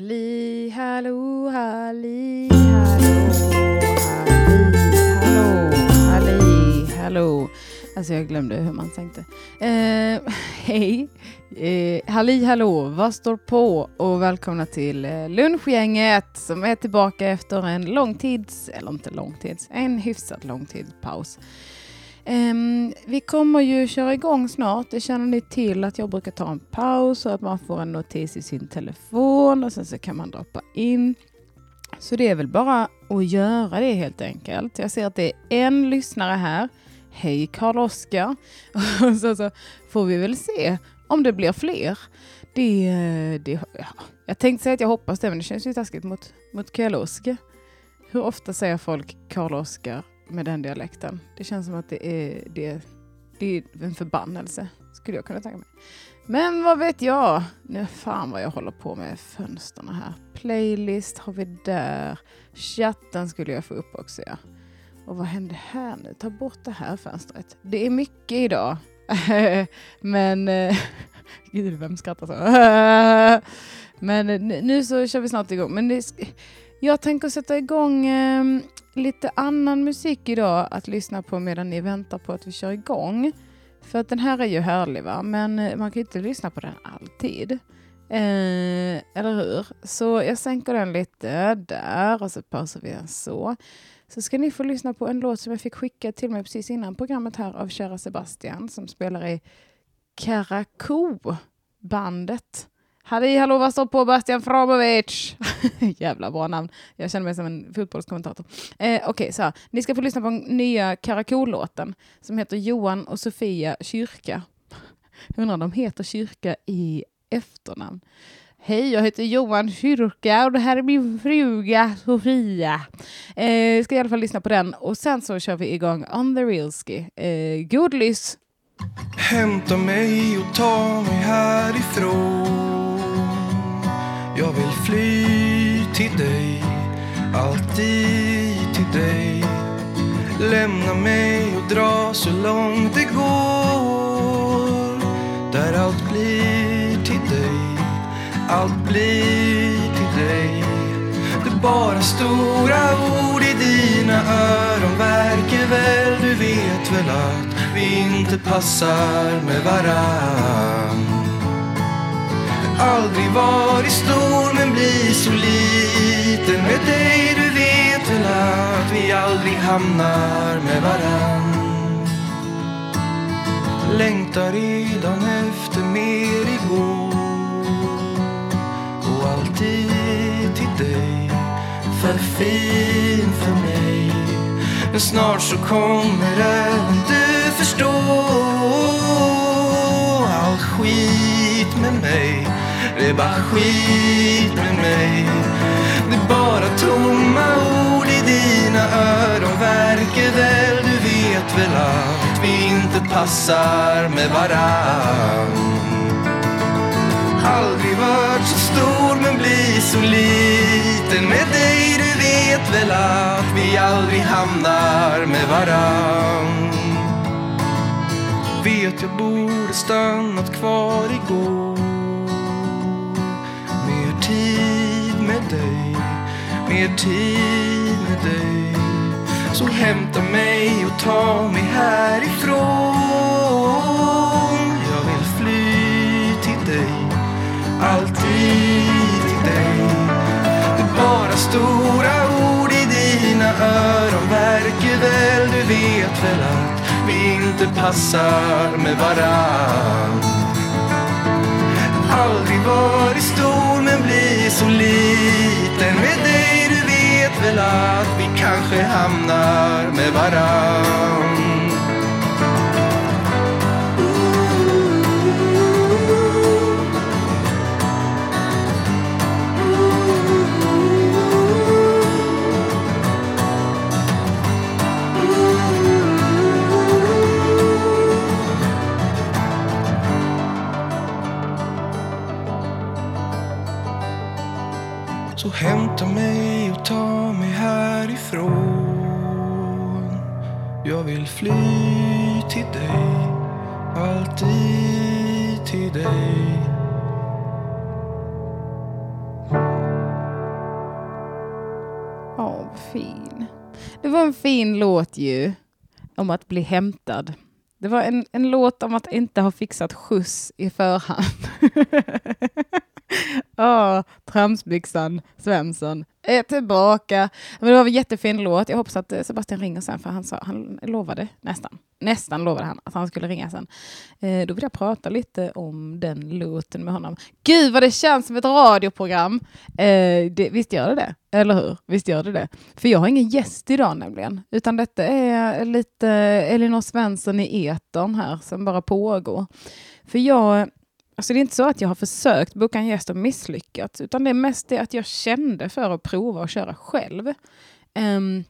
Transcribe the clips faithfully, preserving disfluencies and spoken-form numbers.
Halli, hallå, halli, hallå, halli, hallå, halli, hallå. Alltså jag glömde hur man tänkte. Eh, hej, eh, halli, hallå, vad står på? Och välkomna till eh, lunchgänget som är tillbaka efter en långtids, eller inte långtids, en hyfsat långtidspaus. Um, vi kommer ju köra igång snart. Det känner ni till att jag brukar ta en paus så att man får en notis i sin telefon och sen så kan man droppa in. Så det är väl bara att göra det helt enkelt. Jag ser att det är en lyssnare här. Hej Karl-Oskar. Och så, så får vi väl se om det blir fler. Det, det, ja. Jag tänkte säga att jag hoppas det, men det känns ju taskigt mot, mot Karl-Oskar. Hur ofta säger folk Karl-Oskar med den dialekten? Det känns som att det är, det, det är en förbannelse, skulle jag kunna tänka mig. Men vad vet jag? Nu fan vad jag håller på med fönsterna här. Playlist har vi där. Chatten skulle jag få upp också, ja. Och vad händer här nu? Ta bort det här fönstret. Det är mycket idag. Men gud, vem skrattar så? Men nu så kör vi snart igång. Men det, jag tänker sätta igång eh, lite annan musik idag att lyssna på medan ni väntar på att vi kör igång. För att den här är ju härlig, va? Men man kan ju inte lyssna på den alltid. Eh, eller hur? Så jag sänker den lite där och så pausar vi den så. Så ska ni få lyssna på en låt som jag fick skicka till mig precis innan programmet här av kära Sebastian som spelar i Karakou-bandet. Halli, hallå, vad står på Bastian Framovic? Jävla bra namn. Jag känner mig som en fotbollskommentator. Eh, Okej, okay, så här. Ni ska få lyssna på den nya Karakou-låten som heter Johan och Sofia Kyrka. Jag undrar om de heter Kyrka i efternamn. Hej, jag heter Johan Kyrka och det här är min fruga Sofia. Eh, ska i alla fall lyssna på den. Och sen så kör vi igång On the Realski. Eh, god lys. Hämta mig och ta mig härifrån. Jag vill fly till dig, alltid till dig. Lämna mig och dra så långt det går. Där allt blir till dig, allt blir till dig. Det är bara stora ord i dina öron. Verkar väl, du vet väl att vi inte passar med varann. Aldrig varit stor men blir så liten med dig. Du vet väl att vi aldrig hamnar med varann. Längtar redan efter mer igår. Och alltid till dig, för fin för mig. Men snart så kommer även du förstå. All skit med mig, det är bara skit med mig. Det är bara tomma ord i dina öron. Verkar väl, du vet väl att vi inte passar med varann. Aldrig varit så stor men blir så liten med dig. Du vet väl att vi aldrig hamnar med varann. Vet jag borde stannat kvar igår. Mer tid med dig, mer tid med dig. Så hämta mig och ta mig härifrån. Jag vill fly till dig, alltid till dig. Det är bara stora ord i dina öron. Verkar väl, du vet väl att vi inte passar med varann. Aldrig varit stor men blir så liten med dig. Du vet väl att vi kanske hamnar med varann. Så hämta mig och ta mig härifrån. Jag vill fly till dig, alltid till dig. Åh, fin. Det var en fin låt ju. Om att bli hämtad. Det var en, en låt om att inte ha fixat skjuts i förhand. Ja, tramsbyxan Svensson är tillbaka. Men det var en jättefin låt. Jag hoppas att Sebastian ringer sen, för han sa, han lovade nästan. Nästan lovade han att han skulle ringa sen. Eh, då vill jag prata lite om den låten med honom. Gud vad det känns som ett radioprogram. Eh, det, visst gör det det? Eller hur? Visst gör det det? För jag har ingen gäst idag nämligen. Utan detta är lite Elinor Svensson i etern här som bara pågår. För jag... Alltså det är inte så att jag har försökt boka en gäst och misslyckats. Utan det är mest det att jag kände för att prova och köra själv. Um,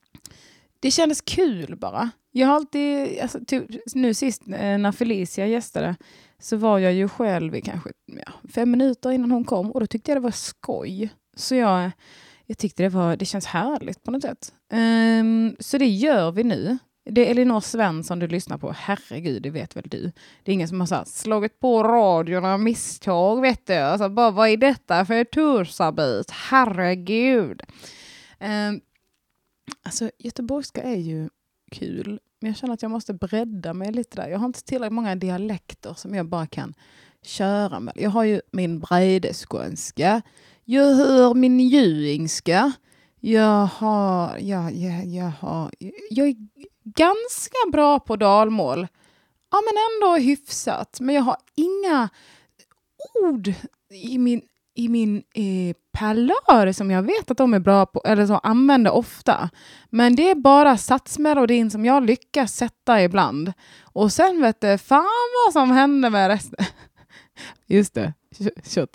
det kändes kul bara. Jag har alltid, alltså, typ, nu sist när Felicia gästade så var jag ju själv i kanske ja, fem minuter innan hon kom. Och då tyckte jag det var skoj. Så jag, jag tyckte det var, det känns härligt på något sätt. Um, så det gör vi nu. Det är Elinor Svensson du lyssnar på. Herregud, det vet väl du. Det är ingen som har så här, slagit på radion av misstag, vet du. Alltså, bara, vad är detta för tursabit? Herregud. Um, alltså, göteborgska är ju kul. Men jag känner att jag måste bredda mig lite där. Jag har inte tillräckligt många dialekter som jag bara kan köra med. Jag har ju min bredeskånska. Jag hör min ljuingska. Jag har, jag, jag, jag har, jag är ganska bra på dalmål. Ja, men ändå hyfsat. Men jag har inga ord i min, i min eh, palör som jag vet att de är bra på, eller som använder ofta. Men det är bara satsmelodin som jag lyckas sätta ibland. Och sen vet du, fan vad som händer med resten. Just det, shots.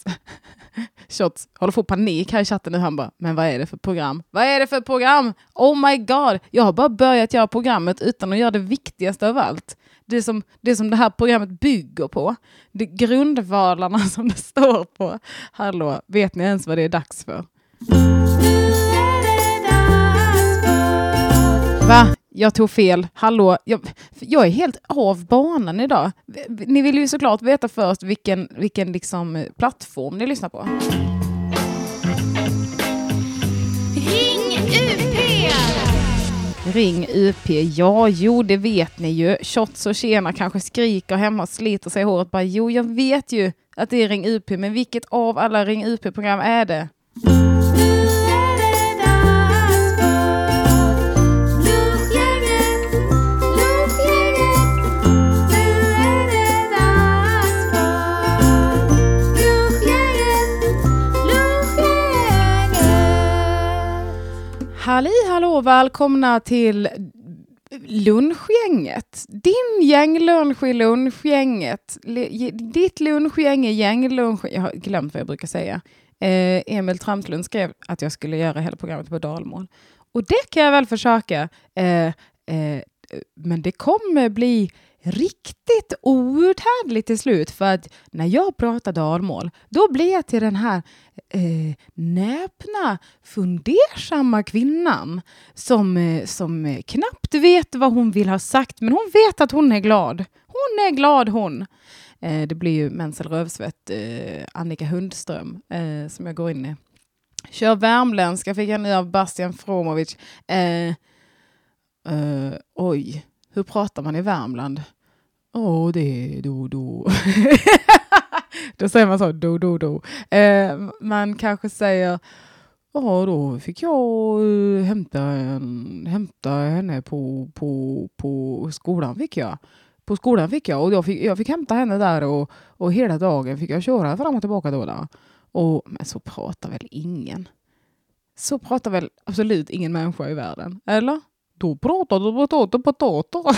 Shots. Håller få panik här i chatten nu. Han bara, men vad är det för program? Vad är det för program? Oh my god. Jag har bara börjat göra programmet utan att göra det viktigaste av allt. Det som det, som det här programmet bygger på. Det grundvalarna som det står på. Hallå, vet ni ens vad det är dags för? Va? Jag tog fel. Hallå, jag, jag är helt av banan idag. Ni vill ju såklart veta först vilken, vilken liksom plattform ni lyssnar på. Ring U P! Ring U P, ja, jo, det vet ni ju. Shots och tjena kanske skriker hemma och sliter sig hårt. Bara, jo, jag vet ju att det är Ring U P, men vilket av alla Ring U P-program är det? Halli, hallå, välkomna till lunchgänget. Din gänglunch i lunchgänget. Ditt lunchgäng är gänglunch. Jag har glömt vad jag brukar säga. Eh, Emil Tramslund skrev att jag skulle göra hela programmet på dalmål. Och det kan jag väl försöka. Eh, eh, men det kommer bli riktigt outhärdligt till slut. För att när jag pratar dalmål, då blir jag till den här eh, näpna, fundersamma kvinnan som, eh, som knappt vet vad hon vill ha sagt. Men hon vet att hon är glad. Hon är glad hon. Eh, det blir ju Mensel Rövsvett, eh, Annika Hundström eh, som jag går in i. Kör värmländska, fick jag nu av Bastian Fromovic. Eh, eh, oj, hur pratar man i Värmland? Åh, oh, det är do, do. Då säger man så, do, do, do. Eh, man kanske säger, ja, oh, då fick jag uh, hämta, en, hämta henne på, på, på skolan fick jag. På skolan fick jag och jag fick, jag fick hämta henne där och, och hela dagen fick jag köra fram och tillbaka då. Där. Och, men så pratar väl ingen. Så pratar väl absolut ingen människa i världen. Eller? Då pratar du potato, potato.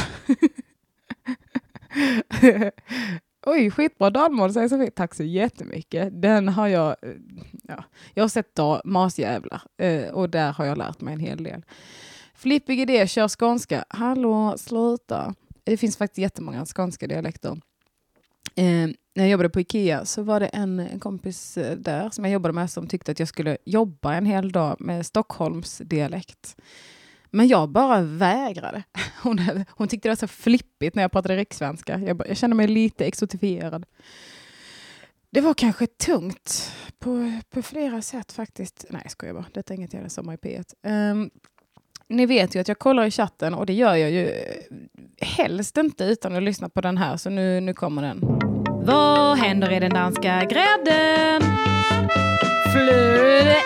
Oj, skitbra dalmål, säger Sofie. Tack så jättemycket. Den har jag... Ja, jag har sett då Masjävlar. Och där har jag lärt mig en hel del. Flippig idé, kör skånska. Hallå, sluta. Det finns faktiskt jättemånga skånska dialekter. Eh, när jag jobbade på Ikea så var det en, en kompis där som jag jobbade med som tyckte att jag skulle jobba en hel dag med Stockholms dialekt. Men jag bara vägrade. Hon, hon tyckte det var så flippigt när jag pratade rikssvenska. Jag, jag kände mig lite exotifierad. Det var kanske tungt på, på flera sätt faktiskt. Nej, jag skojar bara. Detta är inget jävla sommar i P ett. Um, ni vet ju att jag kollar i chatten och det gör jag ju helst inte utan att lyssna på den här. Så nu, nu kommer den. Vad händer i den danska grädden? Flöde.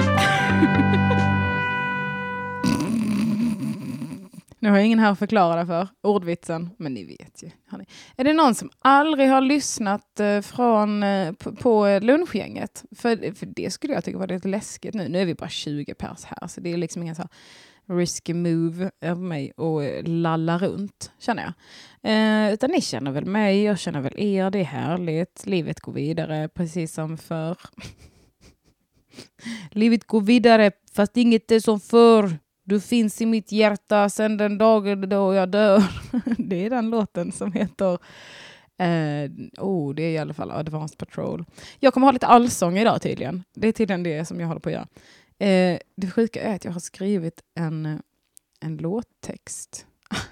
Nu har jag ingen här att förklara det för. Ordvitsen. Men ni vet ju. Hörni. Är det någon som aldrig har lyssnat eh, från, eh, på, på lunchgänget? För, för det skulle jag tycka var lite läskigt nu. Nu är vi bara tjugo pers här. Så det är liksom ingen så här risky move av mig och lalla runt, känner jag. Eh, utan ni känner väl mig. Jag känner väl er. Det är härligt. Livet går vidare precis som för. Livet går vidare fast inget är som förr. Du finns i mitt hjärta sedan den dagen då jag dör. Det är den låten som heter... Eh, oh, det är i alla fall Advanced Patrol. Jag kommer ha lite allsång idag tydligen. Det är tydligen det som jag håller på att göra. Eh, det sjuka är att jag har skrivit en, en låttext.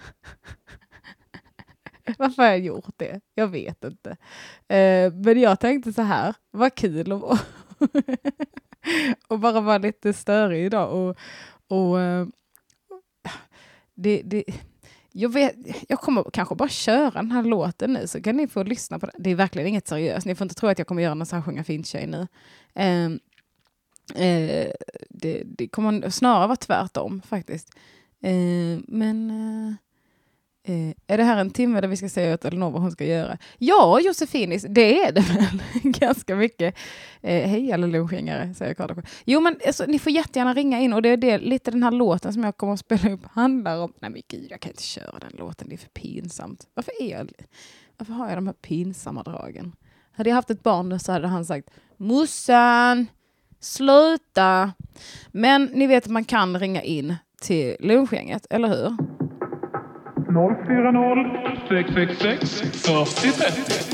Varför har jag gjort det? Jag vet inte. Eh, men jag tänkte så här. Vad kul att och bara vara lite störig idag. Och Och uh, det, det, jag, vet, jag kommer kanske bara köra den här låten nu så kan ni få lyssna på det. Det är verkligen inget seriöst. Ni får inte tro att jag kommer göra någon sån här sjunga fint tjej nu. Uh, uh, det, det kommer snarare vara tvärtom faktiskt. Uh, men uh, uh, är det här en timme där vi ska säga åt Elinor vad hon ska göra? Ja, Josefinis, det är det väl ganska mycket. Eh, hej alla lunchgängare, säger Karl. Jo, men alltså, ni får jättegärna ringa in och det är det, lite den här låten som jag kommer att spela upp handlar om. Nej men gud, jag kan inte köra den låten, det är för pinsamt. Varför är jag, varför har jag de här pinsamma dragen? Hade jag haft ett barn så hade han sagt Mussan, sluta. Men ni vet att man kan ringa in till lunchgänget, eller hur? noll fyra noll sex sex sex fyrtio trettio.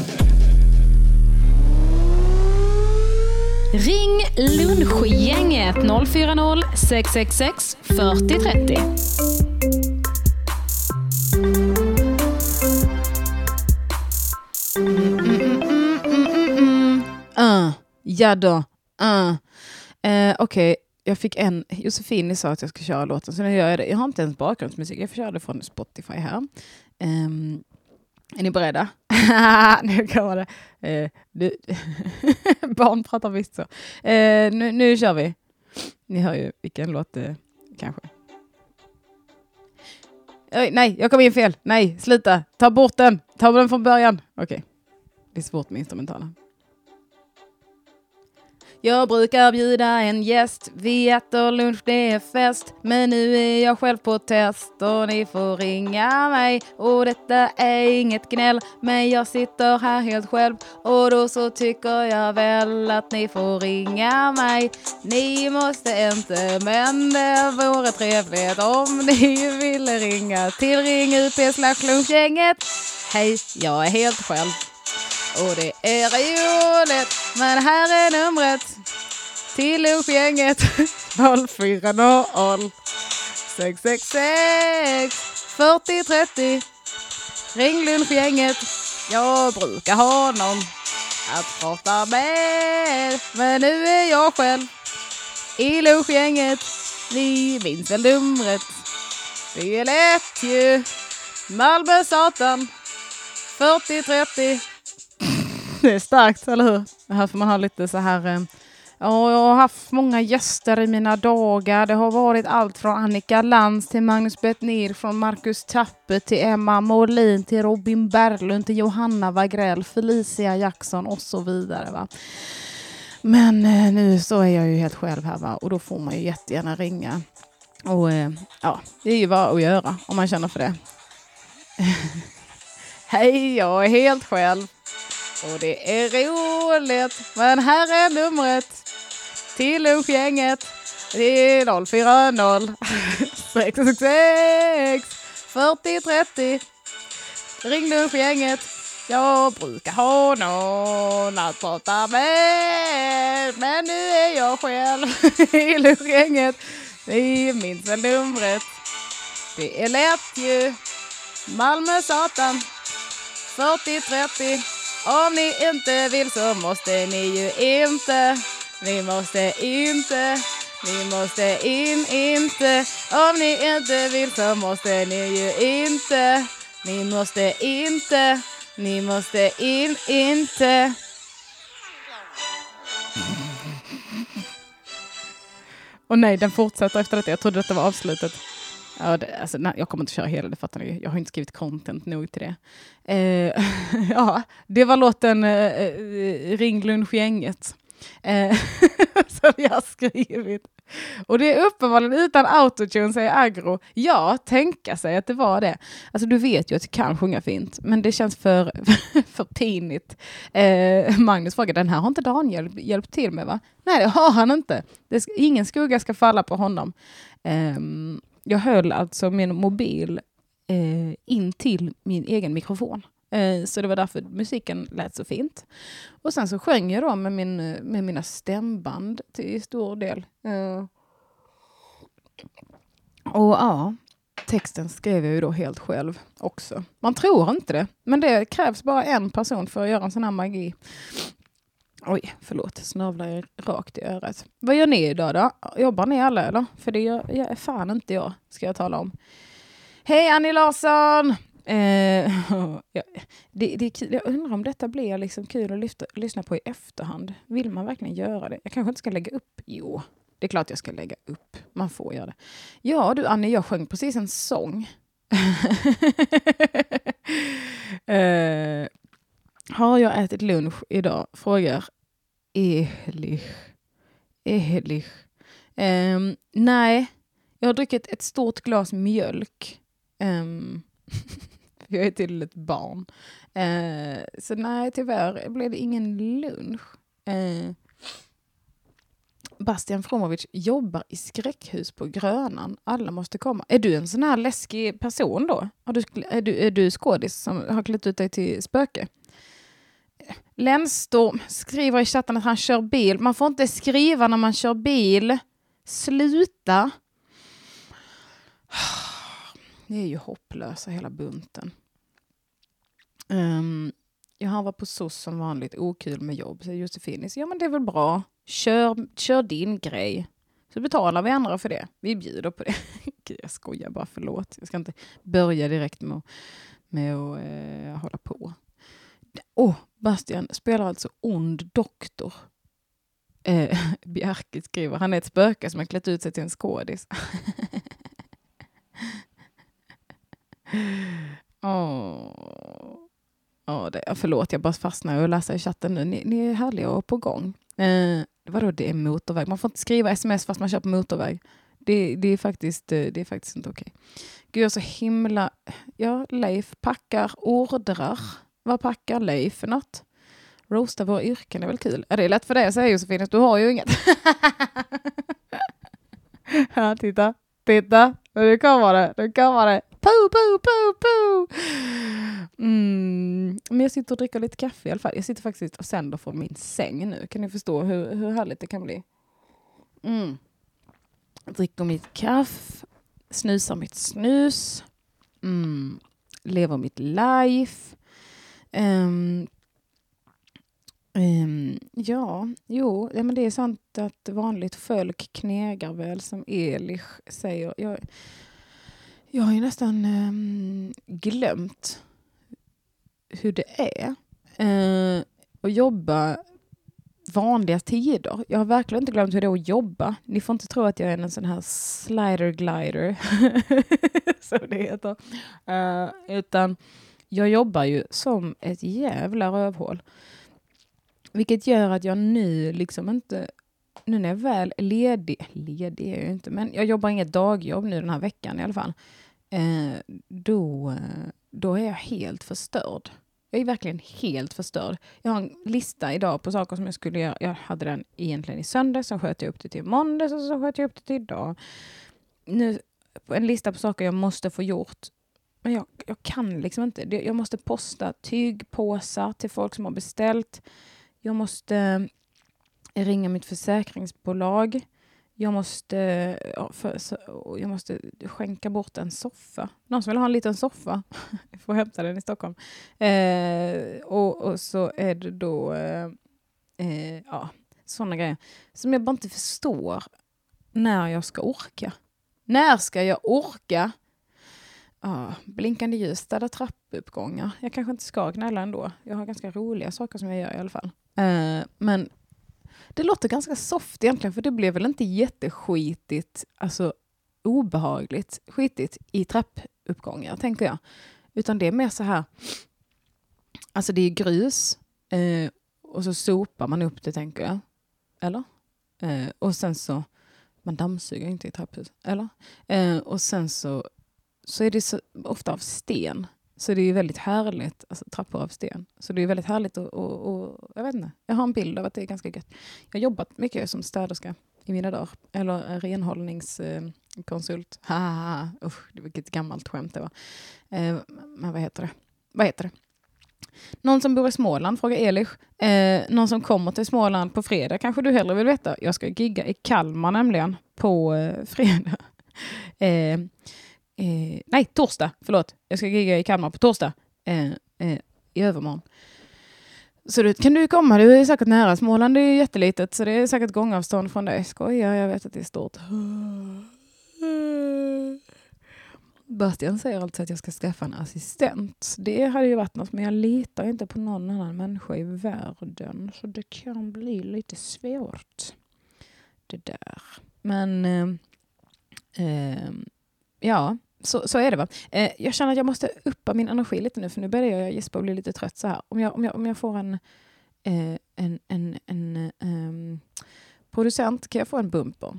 Ring lunchgänget noll fyra noll sex sex sex fyrtio trettio. Mm, mm, mm, mm, mm. Uh, ja då. Uh. Uh, Okej, okay. Jag fick en... Josefin sa att jag ska köra låten, så nu gör jag det. Jag har inte ens bakgrundsmusik. Jag får köra det från Spotify här. Um, är ni beredda? Nu kommer det. Uh, du. Barn pratar visst så. Uh, nu, nu kör vi. Ni hör ju vilken låt uh, kanske. Uh, nej, jag kom in fel. Nej, sluta. Ta bort den. Ta den från början. Okej. Okay. Det är svårt med instrumentala. Jag brukar bjuda en gäst, vi äter lunch, det är fest. Men nu är jag själv på test och ni får ringa mig. Och detta är inget gnäll, men jag sitter här helt själv. Och då så tycker jag väl att ni får ringa mig. Ni måste inte, men det vore trevligt om ni ville ringa till Ring U P slash lunchgänget. Hej, jag är helt själv. Och det är roligt, men här är numret till lunchgänget noll fyra noll sex sex sex fyrtio trettio. Ring lunchgänget, jag brukar ha någon att prata med, men nu är jag själv i lunchgänget. Ni minns väl numret? Det är lätt ju. Malmö satan fyrtio trettio. Det är starkt, eller hur? Här får man ha lite så här... Eh, ja, jag har haft många gäster i mina dagar. Det har varit allt från Annika Lantz till Magnus Bettner, från Marcus Tappe till Emma Molin till Robin Berglund till Johanna Wagrell, Felicia Jackson och så vidare, va? Men eh, nu så är jag ju helt själv här, va? Och då får man ju jättegärna ringa. Och eh, ja, det är ju bara att göra om man känner för det. Hej, jag är helt själv. Och det är roligt, men här är numret till lunchgänget. Det är noll fyra noll sex sex sex fyrtio trettio. Ring lunchgänget, jag brukar ha någon att prata med, men nu är jag själv i lunchgänget. Ni minns väl numret? Det är lätt ju. Malmö satan fyrtio trettio. Om ni inte vill så måste ni ju inte. Ni måste inte. Ni måste in, inte. Om ni inte vill så måste ni ju inte. Ni måste inte. Ni måste in, inte. Och nej, den fortsätter efter detta. Jag trodde detta var avslutet. Ja, det, alltså, nej, jag kommer inte köra hela det, fattar ni. Jag har inte skrivit content nog till det. Eh, ja, det var låten eh, Ring lunchgänget. Eh, som jag har skrivit. Och det är uppenbarligen utan autotune, säger Agro. Ja, tänka sig att det var det. Alltså du vet ju att du kan sjunga fint, men det känns för, för pinigt. Eh, Magnus frågar, den här har inte Daniel hjälpt till med, va? Nej, det har han inte. Det ska, ingen skugga ska falla på honom. Eh, jag höll alltså min mobil eh, in till min egen mikrofon. Eh, så det var därför musiken lät så fint. Och sen så sjöng jag då med, min, med mina stämband till stor del. Eh, och ja, texten skrev jag ju då helt själv också. Man tror inte det, men det krävs bara en person för att göra en sån här magi. Oj, förlåt, snövlar jag rakt i örat. Vad gör ni idag då? Jobbar ni alla eller? För det gör jag, fan inte jag, ska jag tala om. Hej Annie Larsson! Eh, ja, det, det är kul. Jag undrar om detta blir liksom kul att lyfta, lyssna på i efterhand. Vill man verkligen göra det? Jag kanske inte ska lägga upp. Jo, det är klart jag ska lägga upp. Man får göra det. Ja du Annie, jag sjöng precis en sång. eh, har jag ätit lunch idag? Frågar Ehlich. Ehlich. Eh, nej, jag har druckit ett stort glas mjölk. Um, jag är till ett barn. Uh, så nej, tyvärr blev det ingen lunch. Uh, Bastian Fromovic jobbar i skräckhus på Grönan. Alla måste komma. Är du en sån här läskig person då? Har du, är, du, är du skådis som har klätt ut dig till spöke? Lenstorm skriver i chatten att han kör bil. Man får inte skriva när man kör bil. Sluta. Det är ju hopplösa hela bunten. Um, jag har varit på S O S som vanligt. Okul med jobb, säger Josefinis. Ja, men det är väl bra. Kör, kör din grej. Så betalar vi andra för det. Vi bjuder på det. Gud, jag skojar bara, förlåt. Jag ska inte börja direkt med, med att eh, hålla på. Åh, oh, Bastian spelar alltså ond doktor. Eh, Bjarke skriver. Han är ett spöke som har klätt ut sig till en skådis. Åh, oh. oh, förlåt, jag bara fastnar och läser i chatten nu. Ni, ni är härliga och på gång. Eh, vadå, det är motorväg? Man får inte skriva sms fast man kör på motorväg. Det, det, är, faktiskt, det är faktiskt inte okej. Gud, jag är så himla... Ja, Leif packar ordrar. Vad packar Leif för något? Roasta våra yrken är väl kul. Ja, det är lätt för dig att säga, Josefin, att du har ju inget. Ja, titta. Titta. Nu kommer det. Nu kommer det. Poo, poo, poo, poo. Mm. Men jag sitter och dricker lite kaffe i alla fall. Jag sitter faktiskt och sänder från min säng nu. Kan ni förstå hur, hur härligt det kan bli? Mm. Jag dricker mitt kaffe. Snusar mitt snus. Mm. Lever mitt life. Um, um, ja, jo, ja, men det är sant att vanligt folk knegar väl, som Elich säger. Jag, jag har ju nästan um, glömt hur det är uh, att jobba vanliga tider. Jag har verkligen inte glömt hur det är att jobba. Ni får inte tro att jag är en sån här slider glider så det heter. Uh, utan jag jobbar ju som ett jävla rövhål. Vilket gör att jag nu liksom inte... Nu när jag väl är ledig... Ledig är jag ju inte, men jag jobbar inget dagjobb nu den här veckan i alla fall. Eh, då, då är jag helt förstörd. Jag är verkligen helt förstörd. Jag har en lista idag på saker som jag skulle göra. Jag hade den egentligen i söndag, så sköt jag upp det till måndag, och så sköt jag upp det till idag. Nu, en lista på saker jag måste få gjort. Men jag, jag kan liksom inte. Jag måste posta tygpåsar till folk som har beställt. Jag måste ringa mitt försäkringsbolag. Jag måste, ja, för, så, jag måste skänka bort en soffa. Någon som vill ha en liten soffa. Jag får hämta den i Stockholm. Eh, och, och så är det då eh, eh, ja, sådana grejer som jag bara inte förstår när jag ska orka. När ska jag orka? Ah, blinkande ljus, städa trappuppgångar. Jag kanske inte ska gnälla ändå. Jag har ganska roliga saker som jag gör i alla fall. Eh, men det låter ganska soft egentligen, för det blev väl inte jätteskitigt, alltså obehagligt skitigt i trappuppgångar, tänker jag. Utan det är mer så här, alltså det är grus eh, och så sopar man upp det, tänker jag. Eller? Eh, och sen så, man dammsuger inte i trapphus, eller? Eh, och sen så, så är det så ofta av sten. Så det är ju väldigt härligt, alltså trappor av sten. Så det är väldigt härligt och, och, och jag vet inte, jag har en bild av att det är ganska gött. Jag har jobbat mycket som städerska i mina dagar. Eller renhållningskonsult. Eh, Haha, usch, det var ett gammalt skämt det var. Eh, men vad heter det? Vad heter det? Någon som bor i Småland, frågar Elish. Eh, någon som kommer till Småland på fredag, kanske du hellre vill veta. Jag ska gigga i Kalmar nämligen på eh, fredag. Eh, Eh, nej, torsdag, förlåt. Jag ska gigga i Kalmar på torsdag. Eh, eh, I övermorgon. Så du, kan du komma? Du är säkert nära. Småland är ju jättelitet, så det är säkert gångavstånd från dig. Skoja, jag vet att det är stort. Bastian säger alltså att jag ska skaffa en assistent. Det hade ju varit något, men jag litar inte på någon annan människa i världen. Så det kan bli lite svårt. Det där. Men eh, eh, ja, så, så är det va. Eh, jag känner att jag måste uppa min energi lite nu, för nu börjar jag gissa på att bli lite trött så här. Om jag, om jag, om jag får en, eh, en, en, en um, producent, kan jag få en bumper?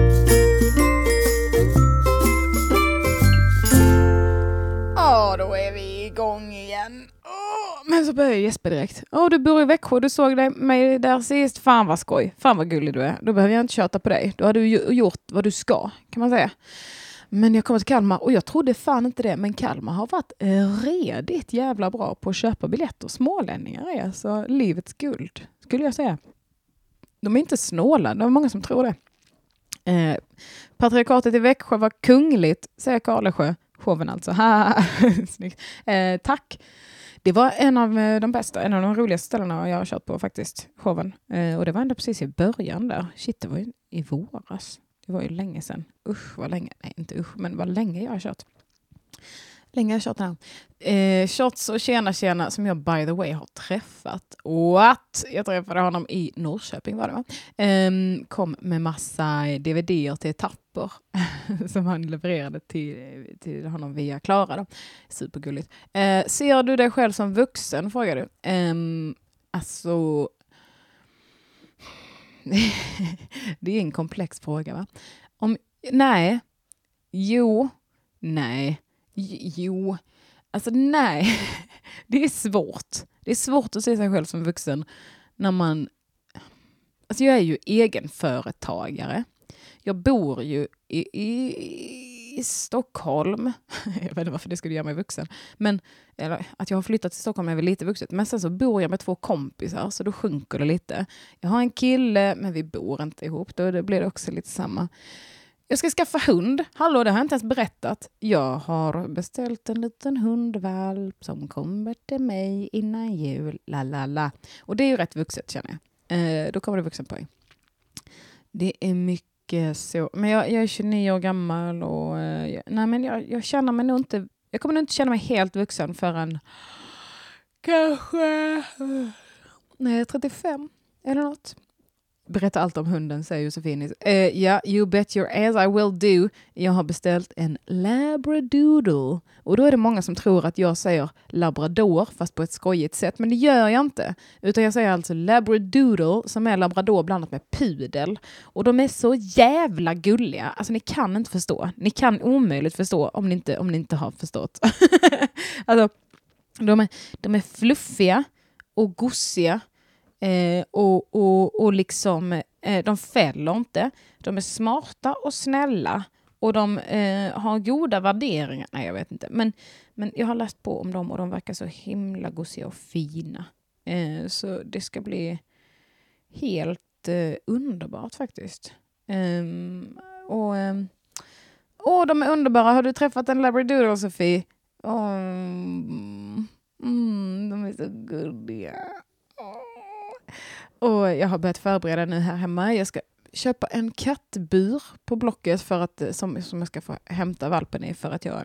Ja, då är vi igång igen. Oh, men så börjar jag gäspa direkt. Åh, oh, du bor i Växjö, du såg dig, mig där sist. Fan vad skoj, fan vad gullig du är. Då behöver jag inte köta på dig. Då har du gjort vad du ska, kan man säga. Men jag kommer till Kalmar och jag trodde fan inte det. Men Kalmar har varit redigt jävla bra på att köpa biljetter. Smålänningar är alltså livets guld, skulle jag säga. De är inte snåla, det är många som tror det. Eh, patriarkatet i Växjö var kungligt, säger Karlesjö. Showen alltså. Snyggt. Eh, tack. Det var en av de bästa, en av de roligaste ställena jag har kört på faktiskt. Showen. Eh, och det var ändå precis i början där. Shit, det var ju i våras. Det var ju länge sedan. Usch, vad länge. Nej, inte usch, men vad länge jag har kört. Länge jag har kört här. Eh, Shots och tjena tjena som jag by the way har träffat. What? Jag träffade honom i Norrköping var det va? Eh, kom med massa D V D-er till etapper som han levererade till, till honom via Klara då. Supergulligt. Eh, ser du dig själv som vuxen, frågar du? Eh, alltså... Det är en komplex fråga va? Om, nej. Jo. Nej. Jo. Alltså nej. Det är svårt. Det är svårt att se sig själv som vuxen när man... Alltså jag är ju egenföretagare. Jag bor ju i, i, i Stockholm. Jag vet inte varför det skulle göra mig vuxen. Men eller, att jag har flyttat till Stockholm är väl lite vuxet. Men sen så bor jag med två kompisar så då sjunker det lite. Jag har en kille men vi bor inte ihop. Då blir det också lite samma. Jag ska skaffa hund. Hallå, det har jag inte ens berättat. Jag har beställt en liten hundvalp som kommer till mig innan jul. Lalala. Och det är ju rätt vuxet känner jag. Eh, då kommer det vuxen poäng. Det är mycket så. Men jag, jag är tjugonio år gammal och eh, jag, nej, men jag, jag känner mig nog inte... Jag kommer nog inte känna mig helt vuxen förrän kanske när jag är trettiofem eller något. Berätta allt om hunden, säger Josefin. Ja, uh, yeah, you bet your ass I will do. Jag har beställt en labradoodle. Och då är det många som tror att jag säger labrador, fast på ett skojigt sätt. Men det gör jag inte. Utan jag säger alltså labradoodle, som är labrador blandat med pudel. Och de är så jävla gulliga. Alltså ni kan inte förstå. Ni kan omöjligt förstå om ni inte, om ni inte har förstått. Alltså, de är, de är fluffiga och gossiga. Eh, och, och, och liksom eh, de fäller inte. De är smarta och snälla och de eh, har goda värderingar. Nej, jag vet inte. Men, men jag har läst på om dem och de verkar så himla gosiga och fina. Eh, så det ska bli helt eh, underbart faktiskt. Um, och, um, åh, de är underbara. Har du träffat en labradoodle, Sofie? Oh, mm, de är så gulliga. Oh. Och jag har börjat förbereda nu här hemma. Jag ska köpa en kattbur på Blocket för att, som, som jag ska få hämta valpen i för att jag...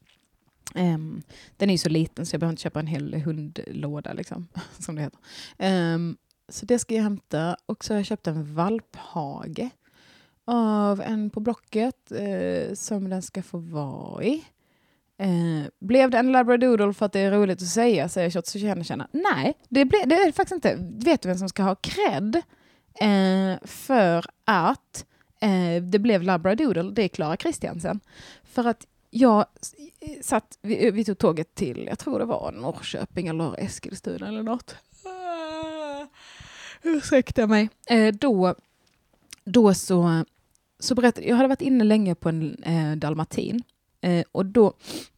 Um, den är ju så liten så jag behöver inte köpa en hel hundlåda liksom, som det heter. Um, så det ska jag hämta. Och så har jag köpt en valphage av en på Blocket uh, som den ska få vara i. Uh, blev det en labradoodle för att det är roligt att säga, säger jag så känner känna. Nej, det, ble, det är faktiskt inte. Vet du vem som ska ha cred uh, för att uh, det blev labradoodle? Det är Clara Kristiansen. För att jag satt, vi, vi tog tåget till, jag tror det var Norrköping eller Eskilstuna eller något. Uh, ursäkta mig. Uh, då då så, så berättade jag, hade varit inne länge på en uh, dalmatin. Uh, och då,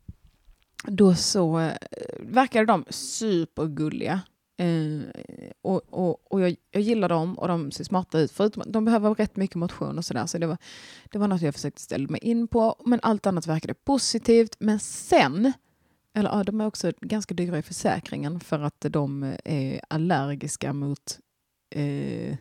då så uh, verkade de supergulliga. Uh, och och, och jag, jag gillar dem och de ser smarta ut. Förutom de behöver rätt mycket motion och sådär. Så det var, det var något jag försökte ställa mig in på. Men allt annat verkade positivt. Men sen, eller ja, de är också ganska dyra i försäkringen för att de är allergiska mot, uh,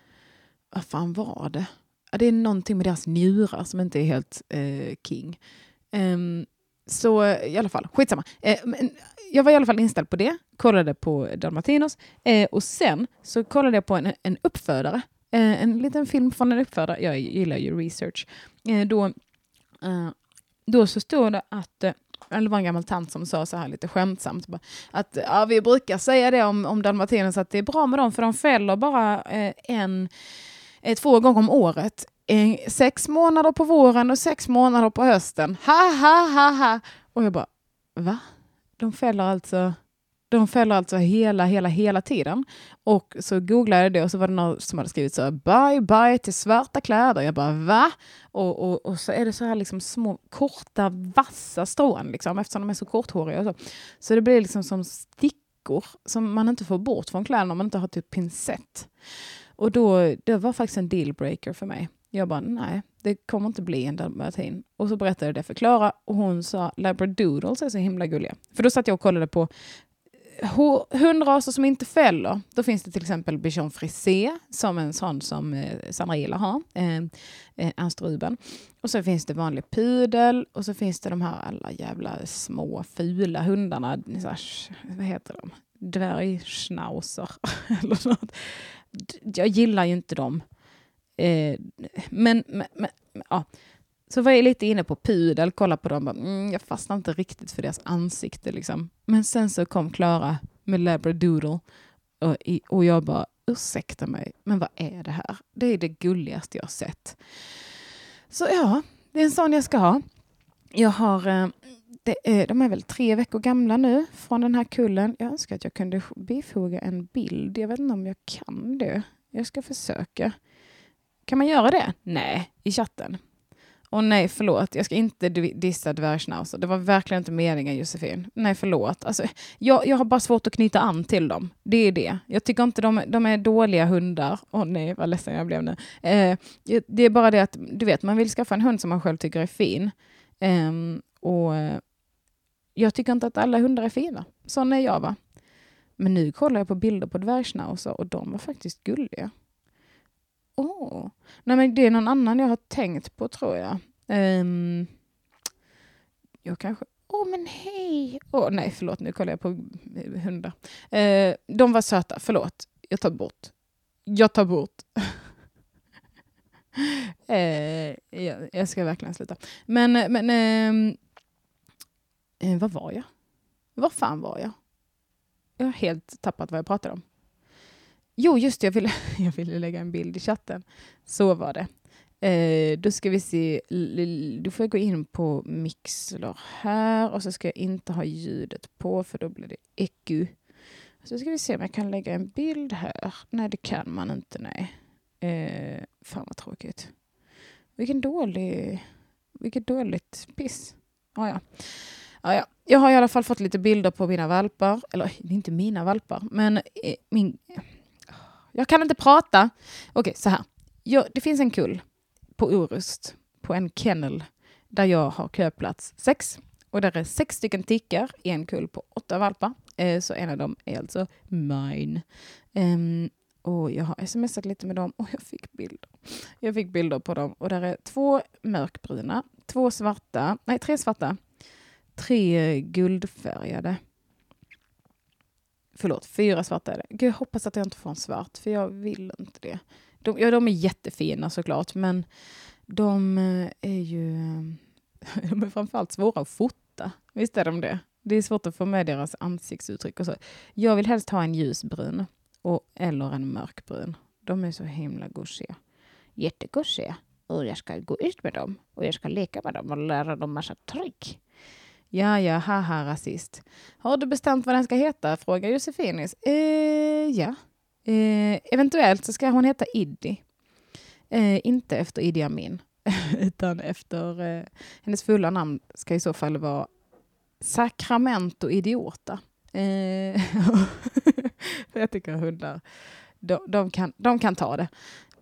vad fan var det? Ja, det är någonting med deras njurar som inte är helt uh, king. Um, så i alla fall, skitsamma. Uh, men, jag var i alla fall inställd på det. Kollade på Dalmatinos. Eh, och sen så kollade jag på en, en uppfödare. Eh, en liten film från en uppfödare. Jag gillar ju research. Eh, då, eh, då så stod det att... Eh, eller var en gammal tant som sa så här lite skämtsamt. Bara, att ja, vi brukar säga det om, om Dalmatinos. Att det är bra med dem. För de fäller bara eh, en... Eh, två gånger om året. Eh, sex månader på våren och sex månader på hösten. Ha, ha, ha, ha. Och jag bara... Va? De fäller alltså de fäller alltså hela, hela, hela tiden. Och så googlade jag det och så var det någon som hade skrivit så bye, bye till svarta kläder. Jag bara, va? Och, och, och så är det så här liksom små, korta, vassa strån liksom, eftersom de är så korthåriga och så. Så det blir liksom som stickor som man inte får bort från kläderna om man inte har typ pincett. Och då, det var faktiskt en dealbreaker för mig. Jag bara, nej, det kommer inte bli en dalmatin. Och så berättade jag det för Clara och hon sa, labradoodles är så himla gulliga. För då satt jag och kollade på hundraser som inte fäller. Då finns det till exempel Bichon Frisé som en sån som eh, Sandra gillar har. Eh, eh, Ernst Ruben. Och så finns det vanlig pudel. Och så finns det de här alla jävla små fula hundarna. Så här, vad heter de? Dvärgschnauzer. Eller något. Jag gillar ju inte dem. Eh, men, men, men ja. Så var jag lite inne på pudel, kolla på dem. Bara, mm, jag fastnade inte riktigt för deras ansikte. Liksom. Men sen så kom Clara med labradoodle. Och, och jag bara, ursäkta mig. Men vad är det här? Det är det gulligaste jag har sett. Så ja, det är en sån jag ska ha. Jag har, eh, det är, de är väl tre veckor gamla nu från den här kullen. Jag önskar att jag kunde bifoga en bild. Jag vet inte om jag kan det. Jag ska försöka. Kan man göra det? Nej, i chatten. Och nej, förlåt. Jag ska inte dissa dvärgschnauzer. Det var verkligen inte meningen, Josefin. Nej, förlåt. Alltså, jag, jag har bara svårt att knyta an till dem. Det är det. Jag tycker inte de, de är dåliga hundar. Åh oh, nej, vad ledsen jag blev nu. Eh, det är bara det att, du vet, man vill skaffa en hund som man själv tycker är fin. Eh, och jag tycker inte att alla hundar är fina. Sån är jag, va? Men nu kollar jag på bilder på dvärgschnauzer och de var faktiskt gulliga. Åh, oh. Nej, men det är någon annan jag har tänkt på, tror jag. Um, jag kanske... Åh, oh, men hej! Åh, oh, nej, förlåt. Nu kollar jag på hundar. Uh, de var söta. Förlåt. Jag tar bort. Jag tar bort. uh, jag, jag ska verkligen sluta. Men, men um, uh, vad var jag? Vad fan var jag? Jag har helt tappat vad jag pratade om. Jo, just det. Jag ville, jag ville lägga en bild i chatten. Så var det. Eh, då ska vi se. Då får jag gå in på Mixler här. Och så ska jag inte ha ljudet på. För då blir det eku. Så ska vi se om jag kan lägga en bild här. Nej, det kan man inte. Nej. Eh, fan vad tråkigt. Vilken dålig... Vilket dåligt piss. Ah, ja. Ah, ja. Jag har i alla fall fått lite bilder på mina valpar. Eller inte mina valpar. Men eh, min... Jag kan inte prata. Okej, så här. Jag, det finns en kull på Orust på en kennel där jag har köplats sex. Och där är sex stycken tickar, en kull på åtta valpar. Eh, så en av dem är alltså mine. Um, och jag har smsat lite med dem och jag fick bilder. Jag fick bilder på dem. Och där är två mörkbruna, två svarta, nej tre svarta, tre guldfärgade. Förlåt, fyra svarta är det. Gud, jag hoppas att jag inte får en svart, för jag vill inte det. De, ja, de är jättefina såklart, men de är ju de är framförallt svåra att fota. Visst är de det? Det är svårt att få med deras ansiktsuttryck och så. Jag vill helst ha en ljusbrun och, eller en mörkbrun. De är så himla gosiga. Jättegosiga. Och jag ska gå ut med dem. Och jag ska leka med dem och lära dem massa trick. Ja, ja, haha, rasist. Har du bestämt vad den ska heta? Frågar Josefinis. Eh, ja. Eh, eventuellt så ska hon heta Iddi. Eh, inte efter Idi Amin. Utan efter eh, hennes fulla namn ska i så fall vara Sacramento Idiota. Eh, för jag tycker hundar, de, de, kan, de kan ta det.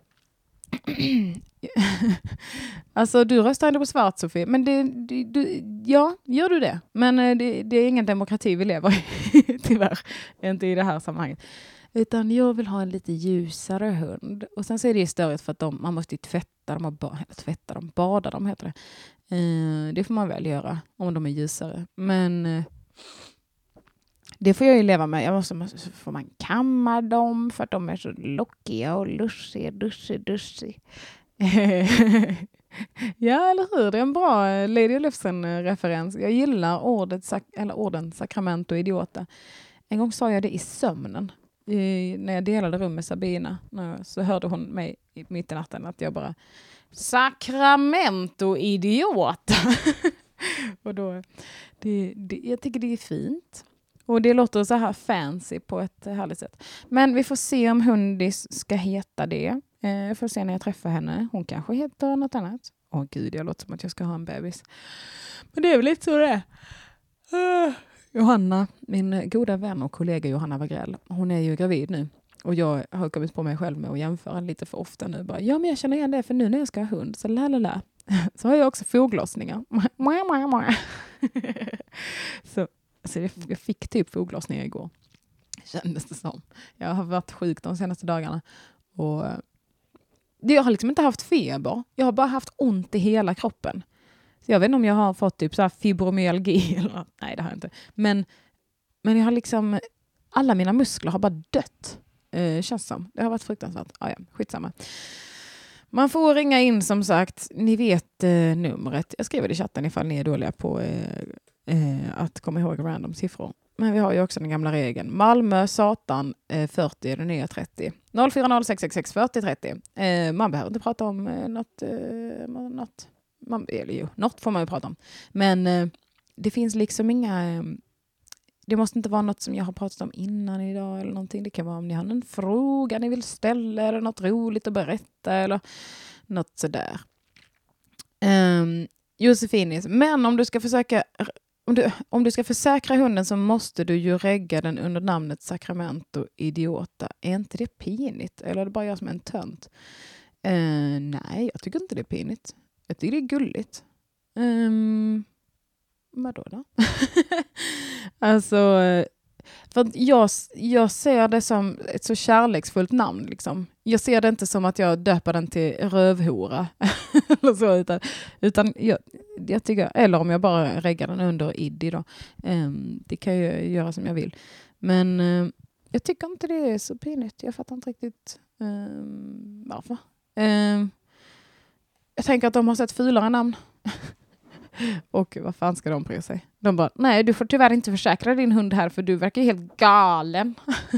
Alltså du röstar ändå på svart, Sofie. Men det, det, du, ja, gör du det. Men det, det är ingen demokrati vi lever i. Tyvärr. Inte i det här sammanhanget. Utan jag vill ha en lite ljusare hund. Och sen så är det ju störigt för att de, man måste ju tvätta dem och ba, tvätta dem, bada dem heter det. Eh, det får man väl göra om de är ljusare. Men eh, det får jag ju leva med. Jag måste, så får man kamma dem för att de är så lockiga och lussiga, dussi, dussi. Ja, eller hur? Det är en bra Lady Lufsen-referens. Jag gillar ordet, eller orden Sacramento Idiota. En gång sa jag det i sömnen. I, när jag delade rum med Sabina. Så hörde hon mig i mitt i natten att jag bara Sacramento Idiota. Och då, det, det, jag tycker det är fint. Och det låter så här fancy på ett härligt sätt. Men vi får se om Hundis ska heta det. Jag får se när jag träffar henne. Hon kanske heter något annat. Åh gud, jag låter som att jag ska ha en bebis. Men det är väl lite så det är. Uh, Johanna, min goda vän och kollega Johanna Wagrell. Hon är ju gravid nu. Och jag har kommit på mig själv med att jämföra lite för ofta nu. Bara, ja, men jag känner igen det för nu när jag ska ha hund. Så lalala. Så har jag också foglossningar. så alltså, jag fick typ foglossningar igår. Kändes det som. Jag har varit sjuk de senaste dagarna. Och jag har liksom inte haft feber. Jag har bara haft ont i hela kroppen. Så jag vet inte om jag har fått typ så här fibromyalgi eller något. Nej, det har jag inte. Men, men jag har liksom alla mina muskler har bara dött. Eh, känns som. Det har varit fruktansvärt. Ah, ja, skitsamma. Man får ringa in som sagt. Ni vet eh, numret. Jag skriver det i chatten ifall ni är dåliga på eh, eh, att komma ihåg random siffror. Men vi har ju också den gamla regeln. Malmö, satan, eh, fyrtio är det nya trettio. noll fyra noll sex sex sex fyrtio trettio. Eh, man behöver inte prata om eh, något. Eh, något. Man, eller jo, något får man ju prata om. Men eh, det finns liksom inga... Eh, det måste inte vara något som jag har pratat om innan idag eller någonting. Det kan vara om ni har en fråga ni vill ställa eller något roligt att berätta eller något sådär. Um, Josefinis, men om du ska försöka om du, om du ska försäkra hunden så måste du ju regga den under namnet Sacramento Idiota. Är inte det pinigt? Eller är det bara jag som är en tönt? Uh, nej, jag tycker inte det är pinigt. Jag tycker det är gulligt. Um, Vadå då? Alltså, för jag, jag ser det som ett så kärleksfullt namn. Liksom. Jag ser det inte som att jag döper den till rövhora. eller så, utan utan jag, jag tycker, eller om jag bara reggar den under Iddi då. Um, det kan jag göra som jag vill. Men um, jag tycker inte det är så pinigt. Jag fattar inte riktigt um, varför. Um, jag tänker att de har sett fulare namn. Och vad fan ska de bry sig? De bara, nej du får tyvärr inte försäkra din hund här för du verkar helt galen.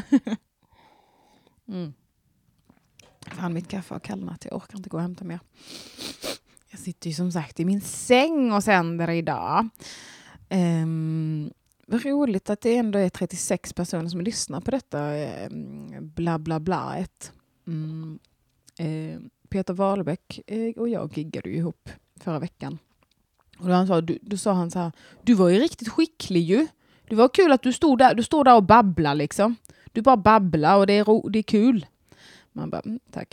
mm. Fan, mitt kaffe har kallnat. Jag orkar inte gå och hämta mer. Jag sitter ju som sagt i min säng och sänder idag. Um, vad roligt att det ändå är trettiosex personer som lyssnar på detta. Um, bla bla bla. Ett. Mm. Uh, Peter Wahlbeck och jag giggade ju ihop förra veckan. Och då han sa, du, då sa han så här, du var ju riktigt skicklig ju. Det var kul att du stod där, du står där och babblar liksom. Du bara babblar och det är, ro, det är kul. Man bara, mm, tack.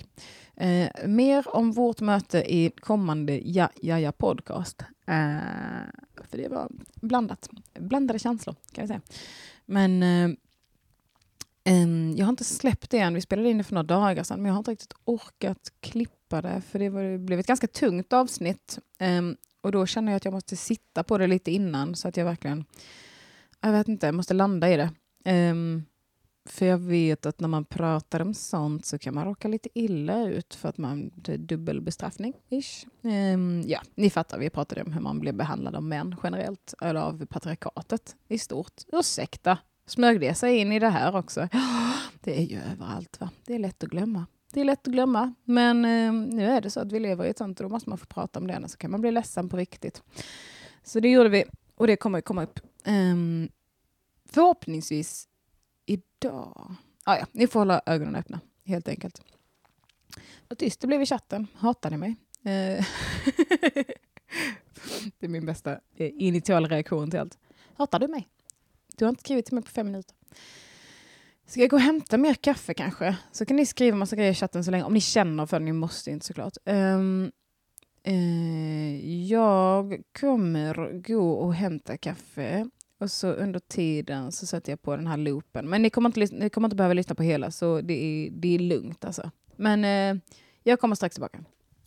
Eh, mer om vårt möte i kommande Ja, ja, ja podcast. Eh, för det var blandat. Blandade känslor kan vi säga. Men eh, eh, jag har inte släppt det än. Vi spelade in det för några dagar sedan. Men jag har inte riktigt orkat klippa det. För det, var, det blev ett ganska tungt avsnitt. Eh, och då känner jag att jag måste sitta på det lite innan. Så att jag verkligen, jag vet inte, jag måste landa i det. Eh, För jag vet att när man pratar om sånt så kan man råka lite illa ut för att man, det är dubbelbestraffning. Ish. Um, ja, ni fattar, vi pratade om hur man blir behandlad av män generellt, eller av patriarkatet i stort. Ursäkta, smög det sig in i det här också? Det är ju överallt, va? Det är lätt att glömma. Det är lätt att glömma, men um, nu är det så att vi lever i ett sånt och då måste man få prata om det, så kan man bli ledsen på riktigt. Så det gjorde vi, och det kommer komma upp. Um, förhoppningsvis idag. Ah, ja, ni får hålla ögonen öppna, helt enkelt. Och tyst det blev i chatten. Hatar ni mig? Eh, det är min bästa eh, initiala reaktion till allt. Hatar du mig? Du har inte skrivit till mig på fem minuter. Ska jag gå och hämta mer kaffe kanske? Så kan ni skriva massa grejer i chatten så länge. Om ni känner för det, ni måste inte såklart. Um, eh, jag kommer gå och hämta kaffe. Och så under tiden så sätter jag på den här loopen. Men ni kommer inte, ni kommer inte behöva lyssna på hela, så det är, det är lugnt alltså. Men eh, jag kommer strax tillbaka.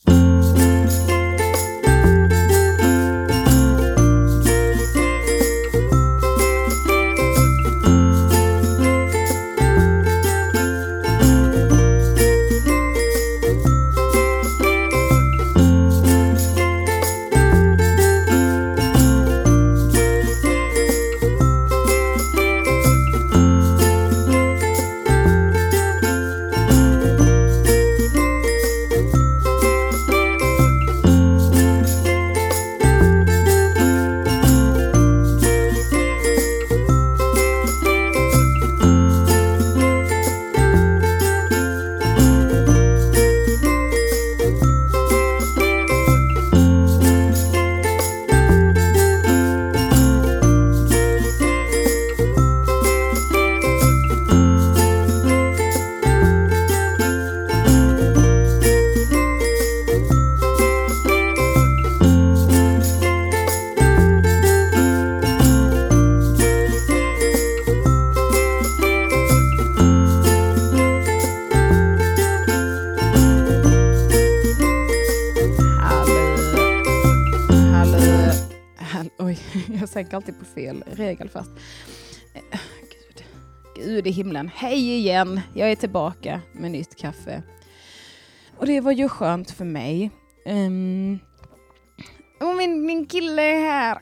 Tänker alltid på fel regel fast. Gud, Gud i himlen. Hej igen, jag är tillbaka med nytt kaffe. Och det var ju skönt för mig. Um, och min, min kille är här.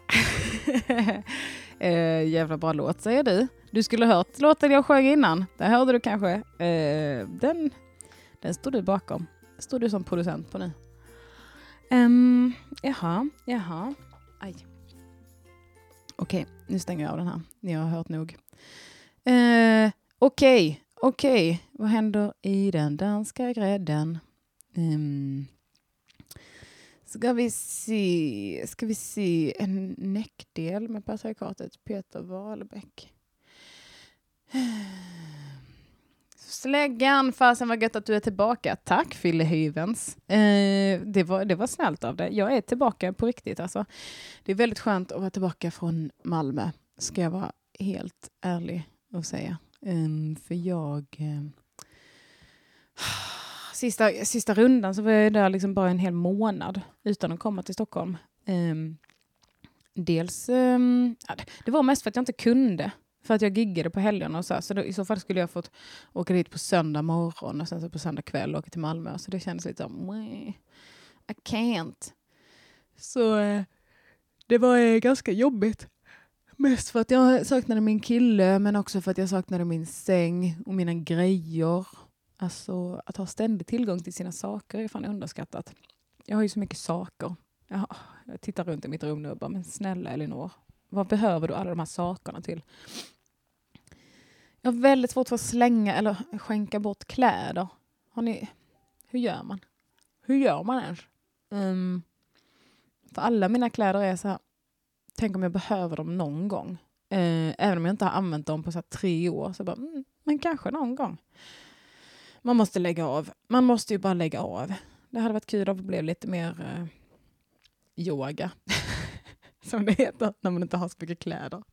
uh, jävla bra låt, säger du. Du skulle hört låten jag sjöng innan. Det hörde du kanske. Uh, den, den står du bakom. Står du som producent på nu. Um, jaha, jaha. Aj. Okej, nu stänger jag av den här. Ni har hört nog. Eh, Okej, okej. Vad händer i den danska grädden? Um, ska vi se... Ska vi se en näckdel med patriarkatet Peter Wahlbeck. Släggan, fasen vad gött att du är tillbaka. Tack, Fille Hyvens. Eh, det, var, det var snällt av dig. Jag är tillbaka på riktigt. Alltså. Det är väldigt skönt att vara tillbaka från Malmö. Ska jag vara helt ärlig och säga. Um, för jag... Eh, sista, sista rundan så var jag där liksom bara en hel månad utan att komma till Stockholm. Um, dels... Um, ja, det var mest för att jag inte kunde. För att jag giggade på helgerna och så här. Så då, i så fall skulle jag fått åka dit på söndag morgon och sen så på söndag kväll åka till Malmö. Så det kändes lite som, I can't. Så eh, det var eh, ganska jobbigt. Mest för att jag saknade min kille, men också för att jag saknade min säng och mina grejer. Alltså att ha ständig tillgång till sina saker är fan underskattat. Jag har ju så mycket saker. Jag, jag tittar runt i mitt rum nu och bara, men snälla Elinor. Vad behöver du alla de här sakerna till? Jag har väldigt svårt för att slänga eller skänka bort kläder. Har ni, hur gör man? Hur gör man ens? Um, för alla mina kläder är så här, tänk om jag behöver dem någon gång. Uh, även om jag inte har använt dem på så här tre år. Så bara, mm, men kanske någon gång. Man måste lägga av. Man måste ju bara lägga av. Det hade varit kul om det blev lite mer eh, yoga. Som det heter när man inte har så mycket kläder.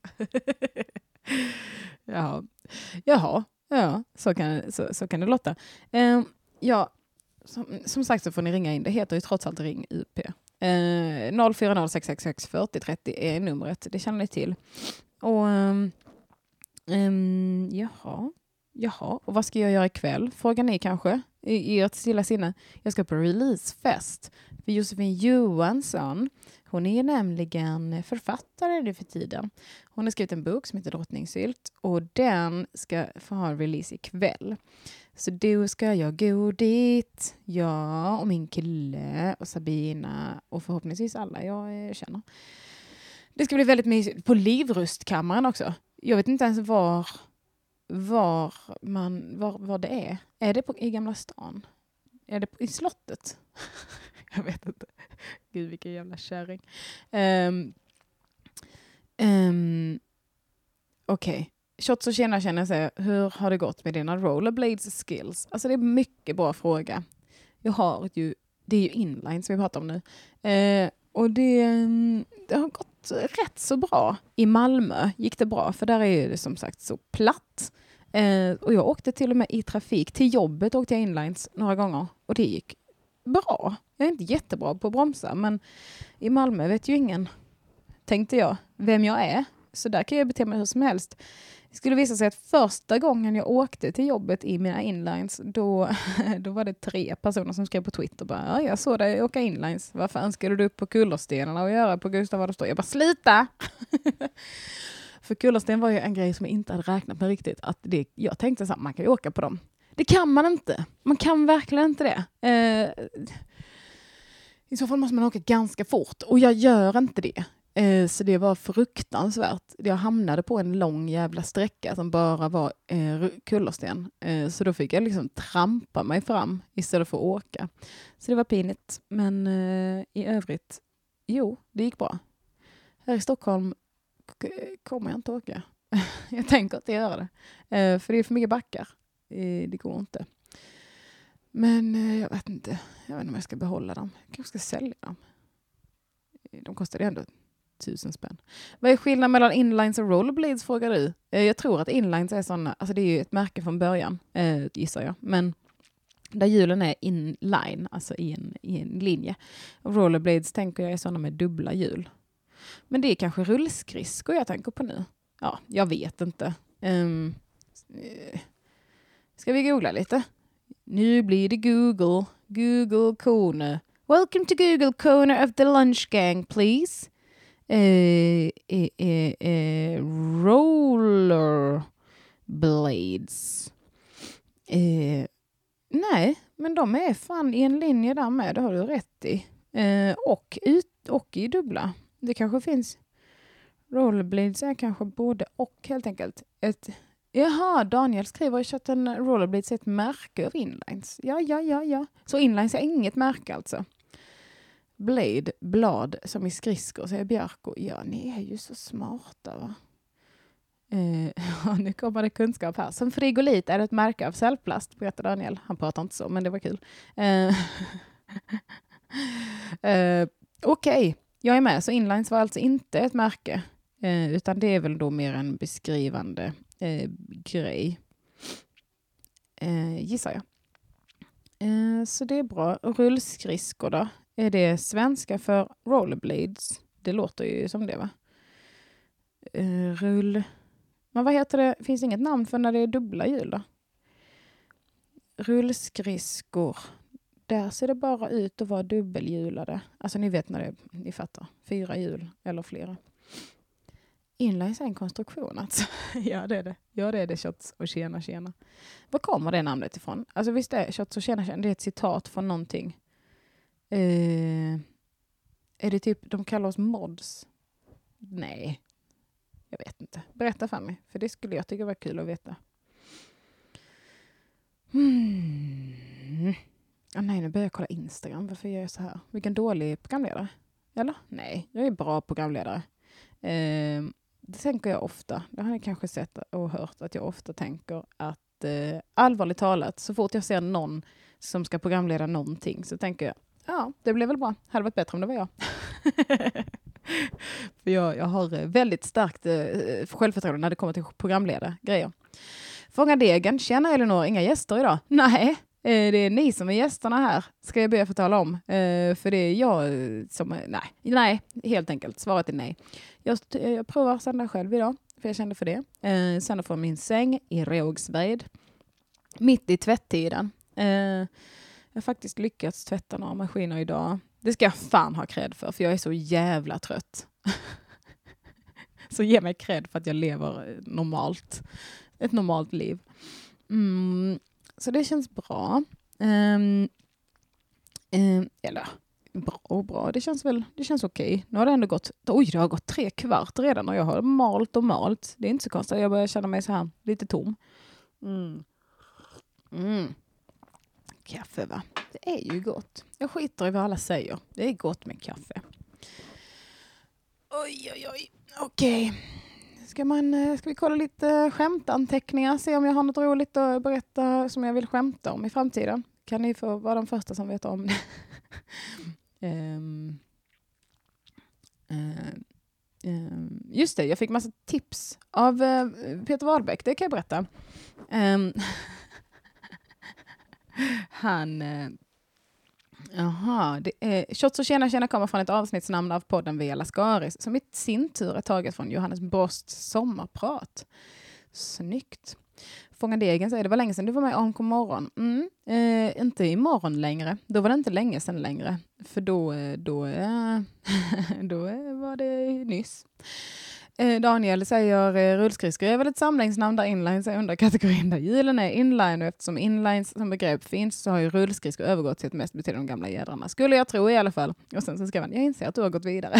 Jaha. Jaha. Ja, så kan, så, så kan det låta. Eh, ja, som, som sagt så får ni ringa in. Det heter ju trots allt Ring U P. Eh, noll fyra noll sex sex sex fyrtio trettio är numret. Det känner ni till. Och um, um, jaha. Jaha, och vad ska jag göra ikväll? Frågar ni kanske i, i ert stilla sinne. Jag ska på releasefest för Josefin Johansson. Hon är nämligen författare nu för tiden. Hon har skrivit en bok som heter Drottningsylt och den ska få ha en release ikväll. Så då ska jag gå dit. Jag och min kille och Sabina och förhoppningsvis alla jag känner. Det ska bli väldigt mysigt. På Livrustkammaren också. Jag vet inte ens var... Var, man, var, var det är. Är det på, i Gamla stan? Är det på, i slottet? Jag vet inte. Gud, vilken jävla kärring. Um, um, Okej. Okay. Shots och tjena känner sig. Hur har det gått med dina rollerblades skills? Alltså det är en mycket bra fråga. Jag har ju, det är ju inline som vi pratar om nu. Uh, och det, det har gått rätt så bra. I Malmö gick det bra, för där är det som sagt så platt. Eh, och jag åkte till och med i trafik. Till jobbet åkte jag inlines några gånger. Och det gick bra. Jag är inte jättebra på att bromsa, men i Malmö vet ju ingen, tänkte jag, vem jag är. Så där kan jag bete mig hur som helst. Det skulle visa sig att första gången jag åkte till jobbet i mina inlines, då, då var det tre personer som skrev på Twitter. Bara, ja, jag såg dig åka inlines. Varför önskade du upp på kullerstenarna och göra på Gustav Adolfs torg? Jag bara, slita! För kullersten var ju en grej som jag inte hade räknat med riktigt. Att det, jag tänkte så här, man kan ju åka på dem. Det kan man inte. Man kan verkligen inte det. Eh, I så fall måste man åka ganska fort. Och jag gör inte det. Så det var fruktansvärt. Jag hamnade på en lång jävla sträcka som bara var eh, kullersten. Eh, så då fick jag liksom trampa mig fram istället för att åka. Så det var pinigt. Men eh, i övrigt, jo, det gick bra. Här i Stockholm k- kommer jag inte åka. Jag tänker inte göra det. Eh, för det är för mycket backar. Eh, det går inte. Men eh, jag vet inte. Jag vet inte om jag ska behålla dem. Jag kanske ska sälja dem. De kostade ändå tusen spänn. Vad är skillnaden mellan inlines och rollerblades, frågar du? Eh, jag tror att inlines är sådana, alltså det är ju ett märke från början, eh, gissar jag. Men där hjulen är inline, alltså i en, i en linje. Och rollerblades tänker jag är sådana med dubbla hjul. Men det är kanske rullskridskor jag tänker på nu. Ja, jag vet inte. Um, ska vi googla lite? Nu blir det Google. Google Corner. Welcome to Google Corner of the Lunch Gang, please. Uh, uh, uh, uh, roller blades. Uh, nej, men de är fan i en linje där med, det har du rätt i. Uh, och, ut, och i dubbla. Det kanske finns rollerblades är kanske både och helt enkelt. Ett, jaha, Daniel skriver att en rollerblades är ett märke av inlines. Ja, ja, ja, ja. Så inlines är inget märke alltså. Blade, blad, som i skridskor, säger Björko. Ja, ni är ju så smarta, va? Eh, nu kommer det kunskap här. Som frigolit är det ett märke av cellplast, berättar Daniel. Han pratar inte så, men det var kul. Eh, eh, Okej, okay. Jag är med. Så inlines var alltså inte ett märke. Eh, utan det är väl då mer en beskrivande eh, grej. Eh, gissar jag. Eh, så det är bra. Rullskridskor då? Är det svenska för rollerblades? Det låter ju som det, va? Uh, rull... Men vad heter det? Finns inget namn för när det är dubbla hjul då? Rullskridskor. Där ser det bara ut att vara dubbelhjulade. Alltså ni vet när det är, ni fattar. Fyra hjul eller flera. Inlines är en konstruktion alltså. Ja, det är det. Ja, det är det. Shots och tjena, tjena. Var kommer det namnet ifrån? Alltså visst är shots och tjena, tjena. Det är ett citat från någonting. Uh, är det typ, de kallar oss mods? Nej, jag vet inte. Berätta för mig, för det skulle jag tycka var kul att veta. Hmm. Oh, nej, nu börjar jag kolla Instagram. Varför gör jag så här? Vilken dålig programledare. Eller? Nej, jag är bra programledare. Uh, det tänker jag ofta. Det har ni kanske sett och hört att jag ofta tänker att att eh, allvarligt talat, så fort jag ser någon som ska programleda någonting så tänker jag, ja, det blev väl bra. Det hade varit bättre om det var jag. För jag, jag har väldigt starkt eh, självförtroende när det kommer till programleda grejer. Fånga degen, tjena Elinor, inga gäster idag? Nej, eh, det är ni som är gästerna här, ska jag be att få tala om. Eh, för det är jag som, nej, nej, helt enkelt, svaret är nej. Jag, jag provar sända själv idag, för jag kände för det. Eh, sända från min säng i Rågsved, mitt i tvätttiden. Eh, jag har faktiskt lyckats tvätta några maskiner idag. Det ska jag fan ha cred för, för jag är så jävla trött. Så ge mig cred för att jag lever normalt. Ett normalt liv. Mm, så det känns bra. Um, um, eller bra och bra. Det känns väl, det känns okej. Nu har det ändå gått, oj det har gått tre kvart redan och jag har malt och malt. Det är inte så konstigt. Jag börjar känna mig så här lite tom. Mm. Mm. Kaffe va? Det är ju gott. Jag skiter i vad alla säger. Det är gott med kaffe. Oj, oj, oj. Okej. Ska, man, ska vi kolla lite skämtanteckningar? Se om jag har något roligt att berätta som jag vill skämta om i framtiden. Kan ni få vara de första som vet om det? um, uh, um, just det, jag fick massa tips av uh, Peter Wahlbeck. Det kan jag berätta. Um, Han, eh, jaha, det är, Shots och tjena tjena kommer från ett avsnittsnamn av podden Via Lascaris, som i sin tur är taget från Johannes Brosts sommarprat. Snyggt. Fånga degen säger, det var länge sedan du var med om kom morgon. Mm, eh, inte imorgon längre. Då var det inte länge sedan längre. För då, då, eh, då var det nyss. Daniel säger rullskridskor är väl ett samlingsnamn där inlines är under kategorin där hjulen är inline, och eftersom inlines som begrepp finns så har ju rullskridskor övergått till ett mest betydande de gamla jädrarna. Skulle jag tro i alla fall. Och sen så ska man, jag inser att du har gått vidare.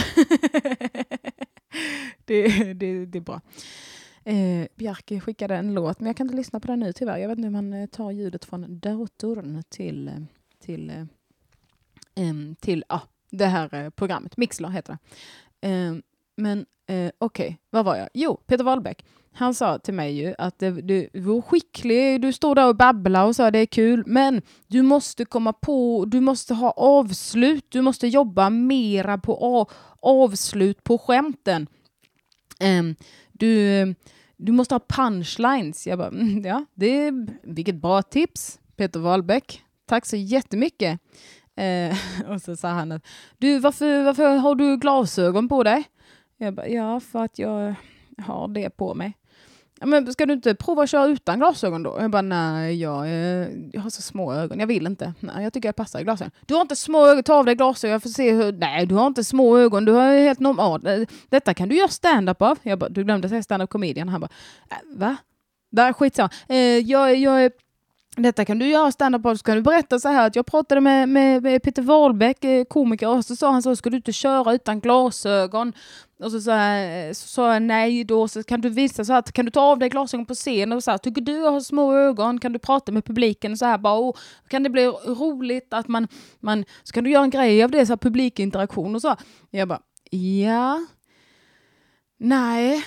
det, det, det är bra. Eh, Bjarke skickade en låt, men jag kan inte lyssna på den nu tyvärr. Jag vet inte hur man tar ljudet från datorn till till, eh, till ah, det här programmet. Mixler heter det. Eh, Men eh, okej, okay. Vad var jag? Jo, Peter Wahlbeck. Han sa till mig ju att det, du var skicklig, du står där och babblar och sa det är kul, men du måste komma på, du måste ha avslut, du måste jobba mera på av, avslut på skämten. Um, du, du måste ha punchlines. Jag bara, mm, ja, det är vilket bra tips, Peter Wahlbeck. Tack så jättemycket. Uh, och så sa han att, du, varför, varför har du glasögon på dig? Jag bara, ja, för att jag har det på mig. Ja, men ska du inte prova att köra utan glasögon då? Jag bara, nej, jag, jag har så små ögon. Jag vill inte. Nej, jag tycker jag passar i glasögon. Du har inte små ögon, ta av dig glasögon. Jag får se hur... Nej, du har inte små ögon. Du har helt normalt. Detta kan du göra stand-up av. Jag bara, du glömde säga stand-up comedian. Han bara, äh, va? Där skitsamma. Eh, jag, jag är... Detta kan du göra stand-up på, så kan du berätta så här att jag pratade med, med, med Peter Wahlbeck, komiker, och så sa han så, ska du inte köra utan glasögon? Och så sa jag, så sa jag nej då, så kan du visa så här, kan du ta av dig glasögon på scen och så här, tycker du har små ögon, kan du prata med publiken och så här, bara, oh, kan det bli roligt att man, man, så kan du göra en grej av det, så här publikinteraktion och så. Jag bara, ja... Nej.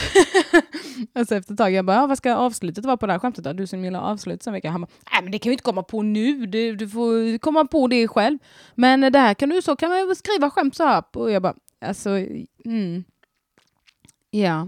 Alltså efter ett tag jag bara, ja, vad ska avslutet vara på det här skämtet då? Du som gillar avslut så mycket. Han bara, nej men det kan ju inte komma på nu. Du, du får komma på det själv. Men det här kan du, så kan man skriva skämt så här. Och jag bara, alltså, mm. Ja.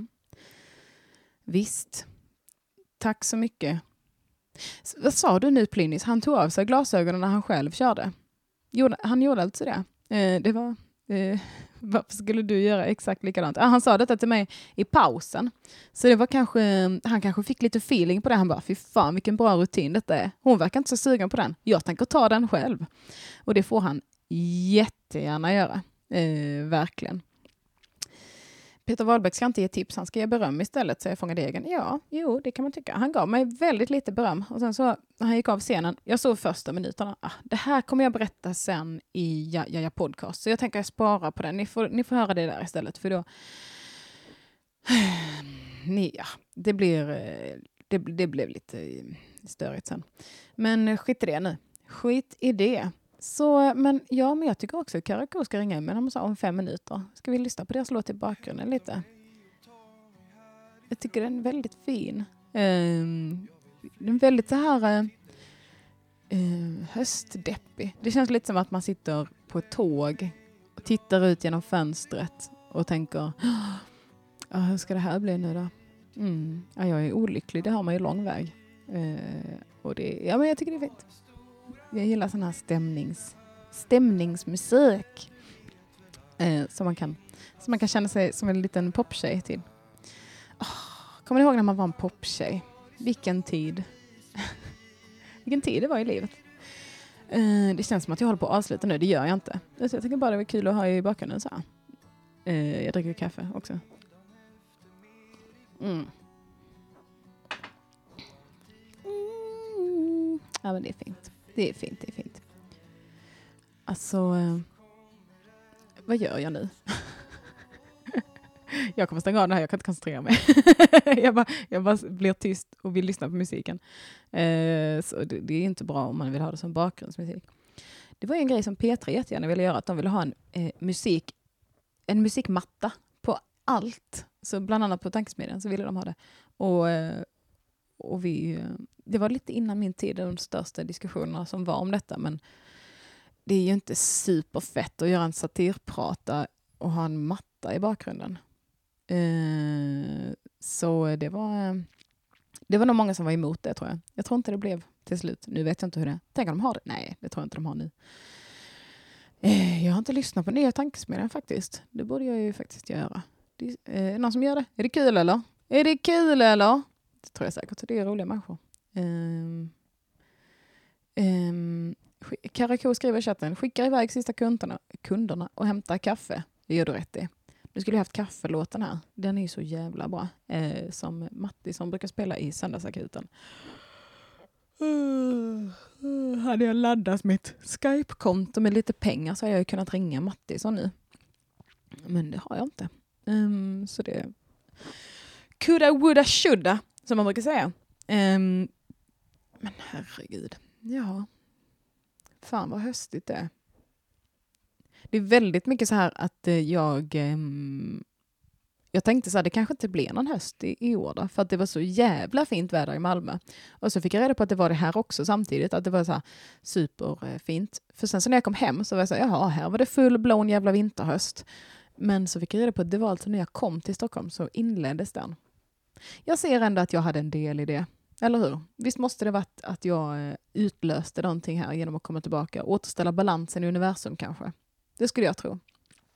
Visst. Tack så mycket. Vad sa du nu, Plynnis? Han tog av sig glasögonen när han själv körde. Gjorde, han gjorde alltså det. Eh, det var... Eh, varför skulle du göra exakt likadant? Ah, han sa detta till mig i pausen. Så det var kanske, han kanske fick lite feeling på det. Han bara, fy fan vilken bra rutin detta är. Hon verkar inte så sugen på den. Jag tänker ta den själv. Och det får han jättegärna göra. Eh, verkligen. Peter Wahlbeck ska inte ge tips, han ska ge beröm istället, säger Fånga degen. Ja, jo, det kan man tycka. Han gav mig väldigt lite beröm. Och sen så, när han gick av scenen, jag såg första minuterna. Ah, det här kommer jag berätta sen i Jaja ja, podcast. Så jag tänker jag spara på den. Ni får, ni får höra det där istället. För då... Ni, ja, det blir... Det, det blev lite störigt sen. Men skit i det nu. Skit i det. Så, men ja, men jag tycker också att Karakou ska ringa in med dem om fem minuter. Ska vi lyssna på deras låt i bakgrunden lite? Jag tycker den är väldigt fin. Um, den är väldigt så här uh, höstdeppig. Det känns lite som att man sitter på ett tåg och tittar ut genom fönstret och tänker, ah, hur ska det här bli nu då? Mm. Ja, jag är olycklig, det har man ju lång väg. Uh, och det, ja, men jag tycker det är fint. Jag gillar sån här stämnings, stämningsmusik uh, som man kan som man kan känna sig som en liten poptjej till. Oh, kommer ni ihåg när man var en poptjej? Vilken tid. Vilken tid det var i livet. Uh, det känns som att jag håller på att avsluta nu. Det gör jag inte. Jag tycker bara det var kul att ha i bakgrunden så här. Uh, jag dricker kaffe också. Mm. Mm. Ja, men det är fint. Det är fint, det är fint. Alltså, uh, vad gör jag nu? Jag kommer stänga av det här, jag kan inte koncentrera mig. jag, bara, jag bara blir tyst och vill lyssna på musiken. Uh, så det, det är inte bra om man vill ha det som bakgrundsmusik. Det var en grej som P tre jättegärna ville göra, att de ville ha en eh, musik, en musikmatta på allt. Så bland annat på Tankesmedjan så ville de ha det. Och, eh, och vi, eh, det var lite innan min tid, de största diskussionerna som var om detta, men det är ju inte superfett att göra en satirprata och ha en matta i bakgrunden. Uh, så det var det var nog många som var emot det, tror jag. Jag tror inte det blev till slut. Nu vet jag inte hur det är. Tänk om de har det? Nej, det tror jag inte de har nu. Uh, jag har inte lyssnat på nya Tankesmedjan faktiskt. Det borde jag ju faktiskt göra. Det, uh, någon som gör det? Är det kul eller? Är det kul eller? Det tror jag säkert. Det är roliga människor. Um, um, Karako skriver i chatten. Skickar iväg sista kunderna, kunderna och hämtar kaffe. Det gör du rätt i. Du skulle ha haft kaffelåten här. Den är ju så jävla bra. Eh, som Matti som brukar spela i Söndagsakuten. Uh, uh, hade jag laddat mitt Skype-konto med lite pengar så hade jag ju kunnat ringa Matti så nu. Men det har jag inte. Um, så det... Coulda, woulda, shoulda, som man brukar säga. Um, men herregud. Ja. Fan vad höstigt det är. Det är väldigt mycket så här att jag um, jag tänkte så här, det kanske inte blir någon höst i, i år då, för att det var så jävla fint väder i Malmö. Och så fick jag reda på att det var det här också samtidigt, att det var så här superfint. För sen så när jag kom hem så var jag så här, jaha, här var det full-blown jävla vinterhöst. Men så fick jag reda på att det var alltså när jag kom till Stockholm så inleddes den. Jag ser ändå att jag hade en del i det. Eller hur? Visst måste det varit att jag utlöste någonting här genom att komma tillbaka. Återställa balansen i universum kanske. Det skulle jag tro.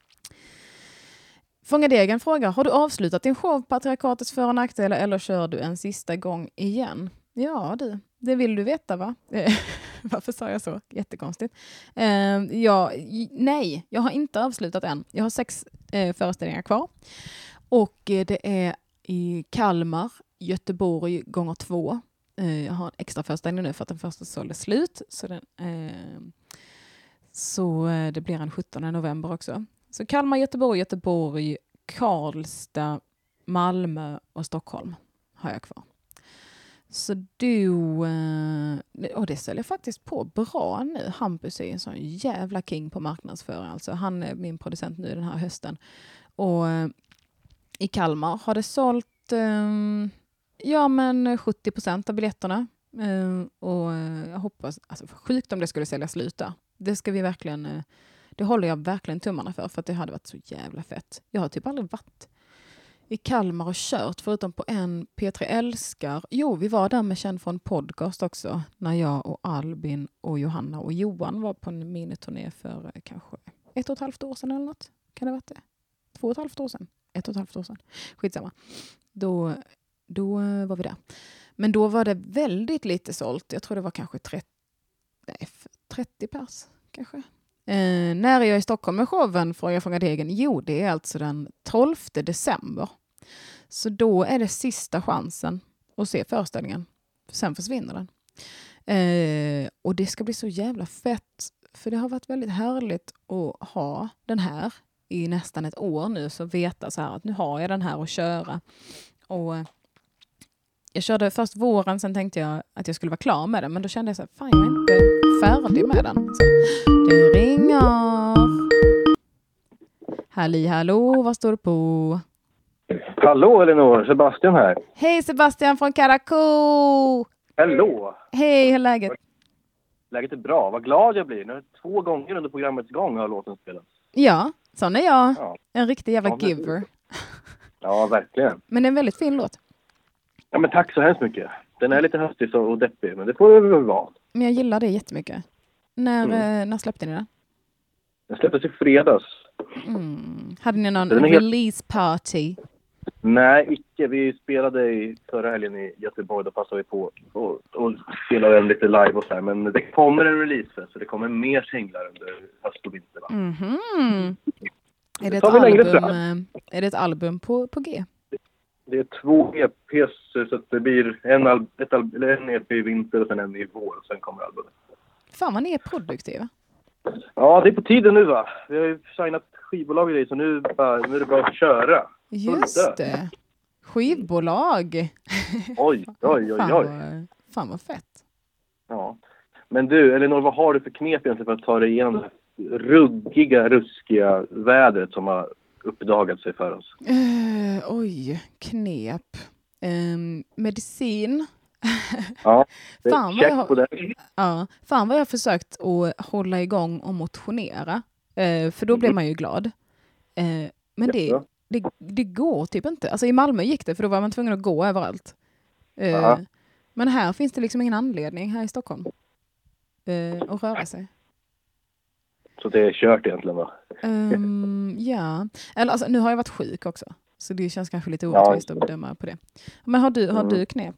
Fånga Degen frågar, har du avslutat din show Patriarkatets för- och nackdelar eller kör du en sista gång igen? Ja du, det vill du veta va? Varför sa jag så? Jättekonstigt. Uh, ja, nej, jag har inte avslutat än. Jag har sex uh, föreställningar kvar. Och uh, det är i Kalmar, Göteborg gånger två. Uh, jag har en extra föreställning nu för att den första sålde slut. Så, den, uh, så uh, det blir en sjuttonde november också. Så Kalmar, Göteborg, Göteborg, Karlstad, Malmö och Stockholm har jag kvar. Så du, och det ställer jag faktiskt på bra nu. Hampus är en sån jävla king på marknadsföring. Alltså han är min producent nu den här hösten. Och i Kalmar har det sålt ja men sjuttio procent av biljetterna. Och jag hoppas, alltså sjukt om det skulle sälja slut där. Det ska vi verkligen, det håller jag verkligen tummarna för. För att det hade varit så jävla fett. Jag har typ aldrig varit i Kalmar och kört förutom på en P tre älskar. Jo, vi var där med Känd från podcast också. När jag och Albin och Johanna och Johan var på en miniturné för kanske ett och ett halvt år sedan eller något. Kan det ha varit det? Två och ett halvt år sedan. Ett och ett halvt år sedan. Skitsamma. Då, då var vi där. Men då var det väldigt lite sålt. Jag tror det var kanske trettio, nej, trettio pers kanske. Eh, när är jag i Stockholm med showen från jag Fånga Degen? Jo, det är alltså den tolfte december. Så då är det sista chansen att se föreställningen. Sen försvinner den. Eh, och det ska bli så jävla fett. För det har varit väldigt härligt att ha den här i nästan ett år nu. Så veta så här att nu har jag den här att köra. Och eh, jag körde först våren, sen tänkte jag att jag skulle vara klar med den. Men då kände jag så här, fan jag är inte färdig med den. Så, det ringer. Halli, hallå, vad står du på? Hallå Elinor, Sebastian här. Hej Sebastian från Karako! Hallå! Hej, hur är läget? Läget är bra. Vad glad jag blir. Nu är det två gånger under programmets gång har låten spelats. Ja, sån är jag. Ja. En riktig jävla Ja, men- giver. Ja, verkligen. Men det är en väldigt fin låt. Ja, men tack så hemskt mycket. Den är lite höstig och deppig, men det får det väl vara. Men jag gillar det jättemycket. När, Mm. eh, när släppte ni den? Den släpptes i fredags. Mm. Hade ni någon Den är helt- release party? Nej, icke. Vi spelade i förra helgen i Göteborg. Då passade vi på och, och spelade en lite live och så här. Men det kommer en releasefest så det kommer mer singlar under höst och vinter. Va? Mhm. Är det, ett tar vi längre album, fram. eh, är det ett album på, på G? Det är två E P:s så att det blir en, al- ett al- eller en E P i vinter och sen en i vår och sen kommer albumet. Fan vad ni är produktiva. Ja, det är på tiden nu va. Vi har ju signat skivbolag i det så nu, bara, nu är det bara att köra. Just det. Skivbolag. Oj, oj, oj, Fan oj. vad, fan vad fett. Ja. Men du, Elinor, vad har du för knep egentligen för att ta dig igenom det här ruggiga, ruskiga vädret som har uppdagat sig för oss? Uh, oj, knep. Um, medicin. Ja, det är Fan vad check jag har- på det. Ja, fan vad jag har försökt att hålla igång och motionera. Eh, för då blir man ju glad. Eh, men det, Jättebra. det, det går typ inte. Alltså i Malmö gick det för då var man tvungen att gå överallt. Eh, Ja. men här finns det liksom ingen anledning här i Stockholm eh, att röra sig. Så det är kört egentligen va? Ehm, ja, eller alltså nu har jag varit sjuk också. Så det känns kanske lite Ja. orättvist att bedöma på det. Men har du, har Mm. du knep?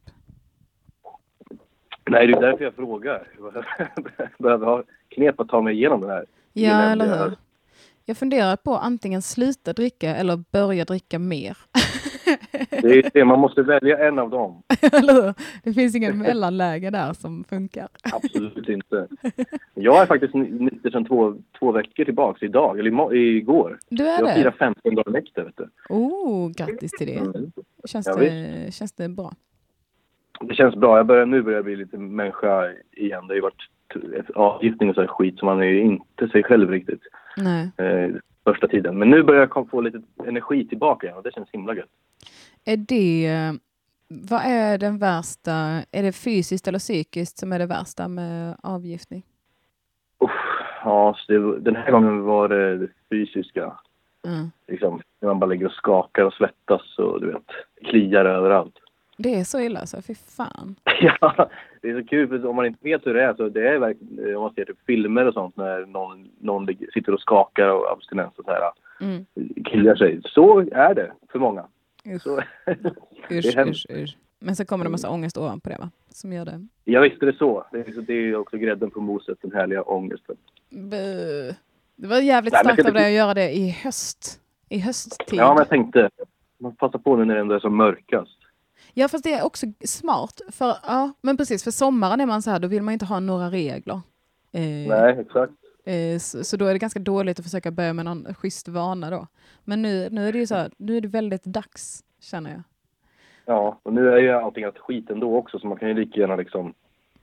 Nej, det är därför jag frågar. Jag behöver ha knep att ta mig igenom den här. Ja, eller eländiga- hur? Jag funderar på att antingen sluta dricka eller börja dricka mer. Det är det, man måste välja en av dem. Eller hur? Det finns ingen mellanläge där som funkar. Absolut inte. Jag är faktiskt nykter sedan två, två veckor tillbaka idag, eller imo- igår. Du är Jag firar det? femton dagar nykter, vet du. Oh, grattis till det. Mm. Känns, Ja, det känns det bra? Det känns bra. Jag börjar, nu börjar jag bli lite människa igen. Det har ju varit t- avgiftning och så här skit så man är ju inte sig själv riktigt Nej. eh, första tiden. Men nu börjar jag kom- få lite energi tillbaka igen och det känns himla gött. Är det... Vad är den värsta? Är det fysiskt eller psykiskt som är det värsta med avgiftning? Uff, ja, så det, den här gången var det, det fysiska. Mm. Liksom, när man bara ligger och skakar och svettas och du vet, kliar överallt. Det är så illa så, fy fan. Ja, det är så kul för om man inte vet hur det är så det är verkligen, om man ser typ filmer och sånt när någon, någon ligger- sitter och skakar och abstinens och så här, Mm. killar sig. Så är det för många. Usch, Så, det usch, är hemskt. usch, usch. Men så kommer det massa ångest ovanpå det va? Som gör det. Jag visste det så. Det är, det är också grädden på moset, den härliga ångesten. Bö. Det var jävligt Nej, men starkt det- av dig att göra det i höst. I hösttid. Ja, men jag tänkte, man passar på nu när det ändå är som mörkast. Ja, fast det är också smart. För, ja, men precis, för sommaren är man så här, då vill man inte ha några regler. Eh, Nej, exakt. eh, så, så då är det ganska dåligt att försöka börja med någon schysst vana då. Men nu, nu är det ju så här, nu är det väldigt dags, känner jag. Ja, och nu är ju allting att skit ändå också så man kan ju lika gärna liksom,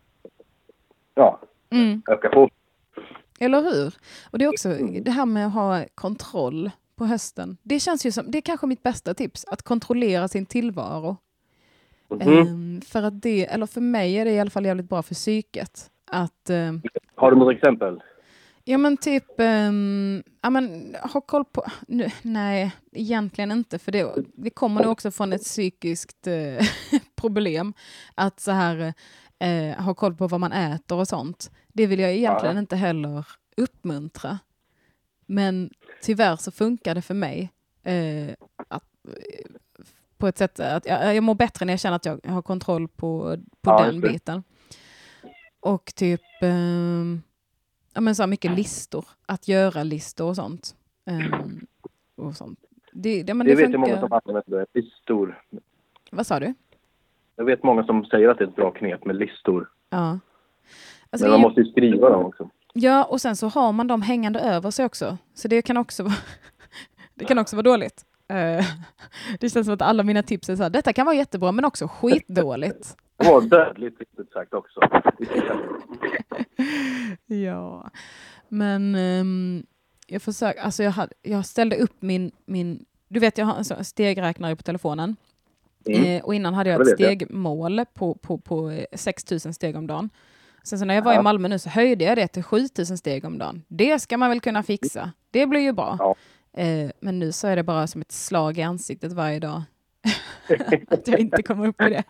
ja, Mm. öka på. Eller hur? Och det är också det här med att ha kontroll på hösten. Det känns ju som, det är kanske mitt bästa tips, att kontrollera sin tillvaro. Mhm. Ehm, för att det, eller för mig är det i alla fall jävligt bra för psyket. Att, ehm, Har du något exempel? ja men typ, um, ja men ha koll på, nu, nej egentligen inte för det, det kommer nog också från ett psykiskt eh, problem. Att så här eh, ha koll på vad man äter och sånt. Det vill jag egentligen Ja. inte heller uppmuntra. Men tyvärr så funkar det för mig. Eh, att, eh, på ett sätt att jag, jag mår bättre när jag känner att jag har kontroll på, på Ja, den just det. biten. Och typ ehm, ja, men så här mycket listor. Att göra listor och sånt. Ehm, och sånt. Det, det, men Det det vet jag många funkar. som använder det. Listor. Vad sa du? Jag vet många som säger att det är ett bra knep med listor. Ja. Alltså, Men det man är- måste ju skriva dem också. Ja, och sen så har man dem hängande över sig också. Så det kan också vara, det kan också vara dåligt. Eh, det känns som att alla mina tips är så här, detta kan vara jättebra men också skitdåligt. Det var dödligt riktigt sagt också. Ja, men ehm, jag försöker, alltså jag, hade, jag ställde upp min, min, du vet jag har en sån stegräknare på telefonen. Mm. Eh, och innan hade jag Ja, ett det vet jag. stegmål på, på, på eh, sex tusen steg om dagen. Sen så när jag var Ja. i Malmö nu så höjde jag det till sju tusen steg om dagen. Det ska man väl kunna fixa. Det blir ju bra. Ja. Eh, men nu så är det bara som ett slag i ansiktet varje dag. Att jag inte kommer upp i det.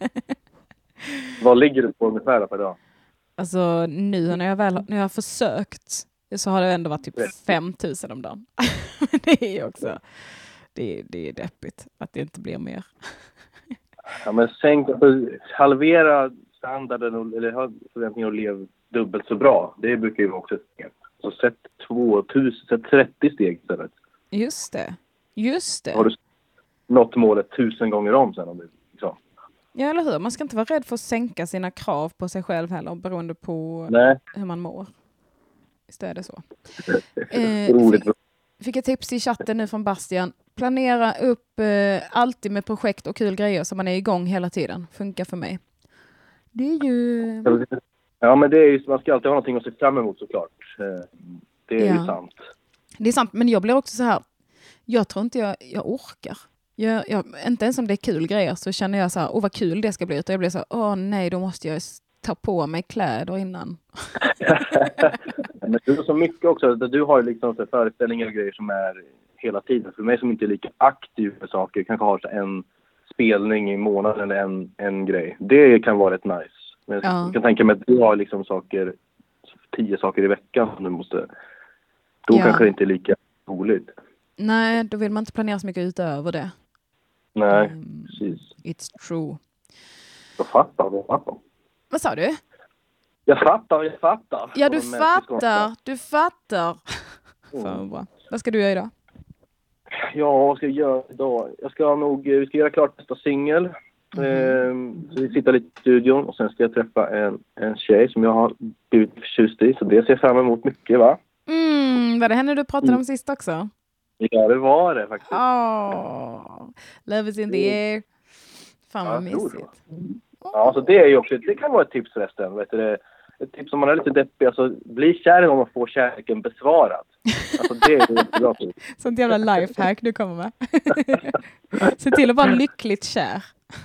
Vad ligger du på ungefär per dag? Alltså nu när jag väl när jag har försökt så har det ändå varit typ fem tusen om dagen. Men det är ju också det, det är deppigt att det inte blir mer. Ja, men sänk, alltså, halvera standarden och, eller ha förväntningar att leva dubbelt så bra. Det brukar ju vara också ett steg. Så sätt tvåtusen, sätt trettio steg istället. Just det. Just det. Har du nått målet tusen gånger om sen om du liksom. Ja, eller hur? Man ska inte vara rädd för att sänka sina krav på sig själv heller beroende på Nej. hur man mår. Visst är det så. Roligt. fick, fick ett tips i chatten nu från Bastian. Planera upp eh, alltid med projekt och kul grejer så man är igång hela tiden. Funkar för mig. Det är ju... Ja, men det är ju, man ska alltid ha någonting att se fram emot såklart. Eh, Det är Ja. ju sant. Det är sant, men jag blir också så här. Jag tror inte jag, jag orkar. Jag, jag, inte ens om det är kul grejer så känner jag så här, åh vad kul det ska bli. Utan jag blir så här, åh nej, då måste jag ta på mig kläder innan. Men det är så mycket också. Du har ju liksom så föreställningar och grejer som är hela tiden. För mig som inte är lika aktiv med saker, kanske har så en spelning i månaden eller en, en grej. Det kan vara rätt nice. Men Ja. jag kan tänka mig att du har liksom saker, tio saker i veckan som du måste... Då Ja. kanske det inte är lika roligt. Nej, då vill man inte planera så mycket utöver det. Nej, Mm. precis. It's true. Jag fattar, jag fattar. Vad sa du? Jag fattar, jag fattar. Ja, du Som en mänsklig skånska. fattar. Du fattar. Mm. Fan vad bra. Vad ska du göra idag? Ja, vad ska jag göra idag? Jag ska nog, vi ska göra klart nästa singel. Mhm. Ehm, så vi sitter lite i studion och sen ska jag träffa en, en tjej som jag har blivit förtjust i. Så det ser jag fram emot mycket, va? Mm, var det henne du pratade Mm. om sist också? Ja, det var det faktiskt. Åh, love is in the air. Fan vad Ja, jag tror mysigt. Ja, så det är ju också, det kan vara ett tips förresten. Vet du, det, ett tips om man är lite deppig, alltså bli kär om man får kärleken besvarad. Alltså det är ju bra tips. Sånt jävla lifehack du kommer med. Se till att vara lyckligt kär.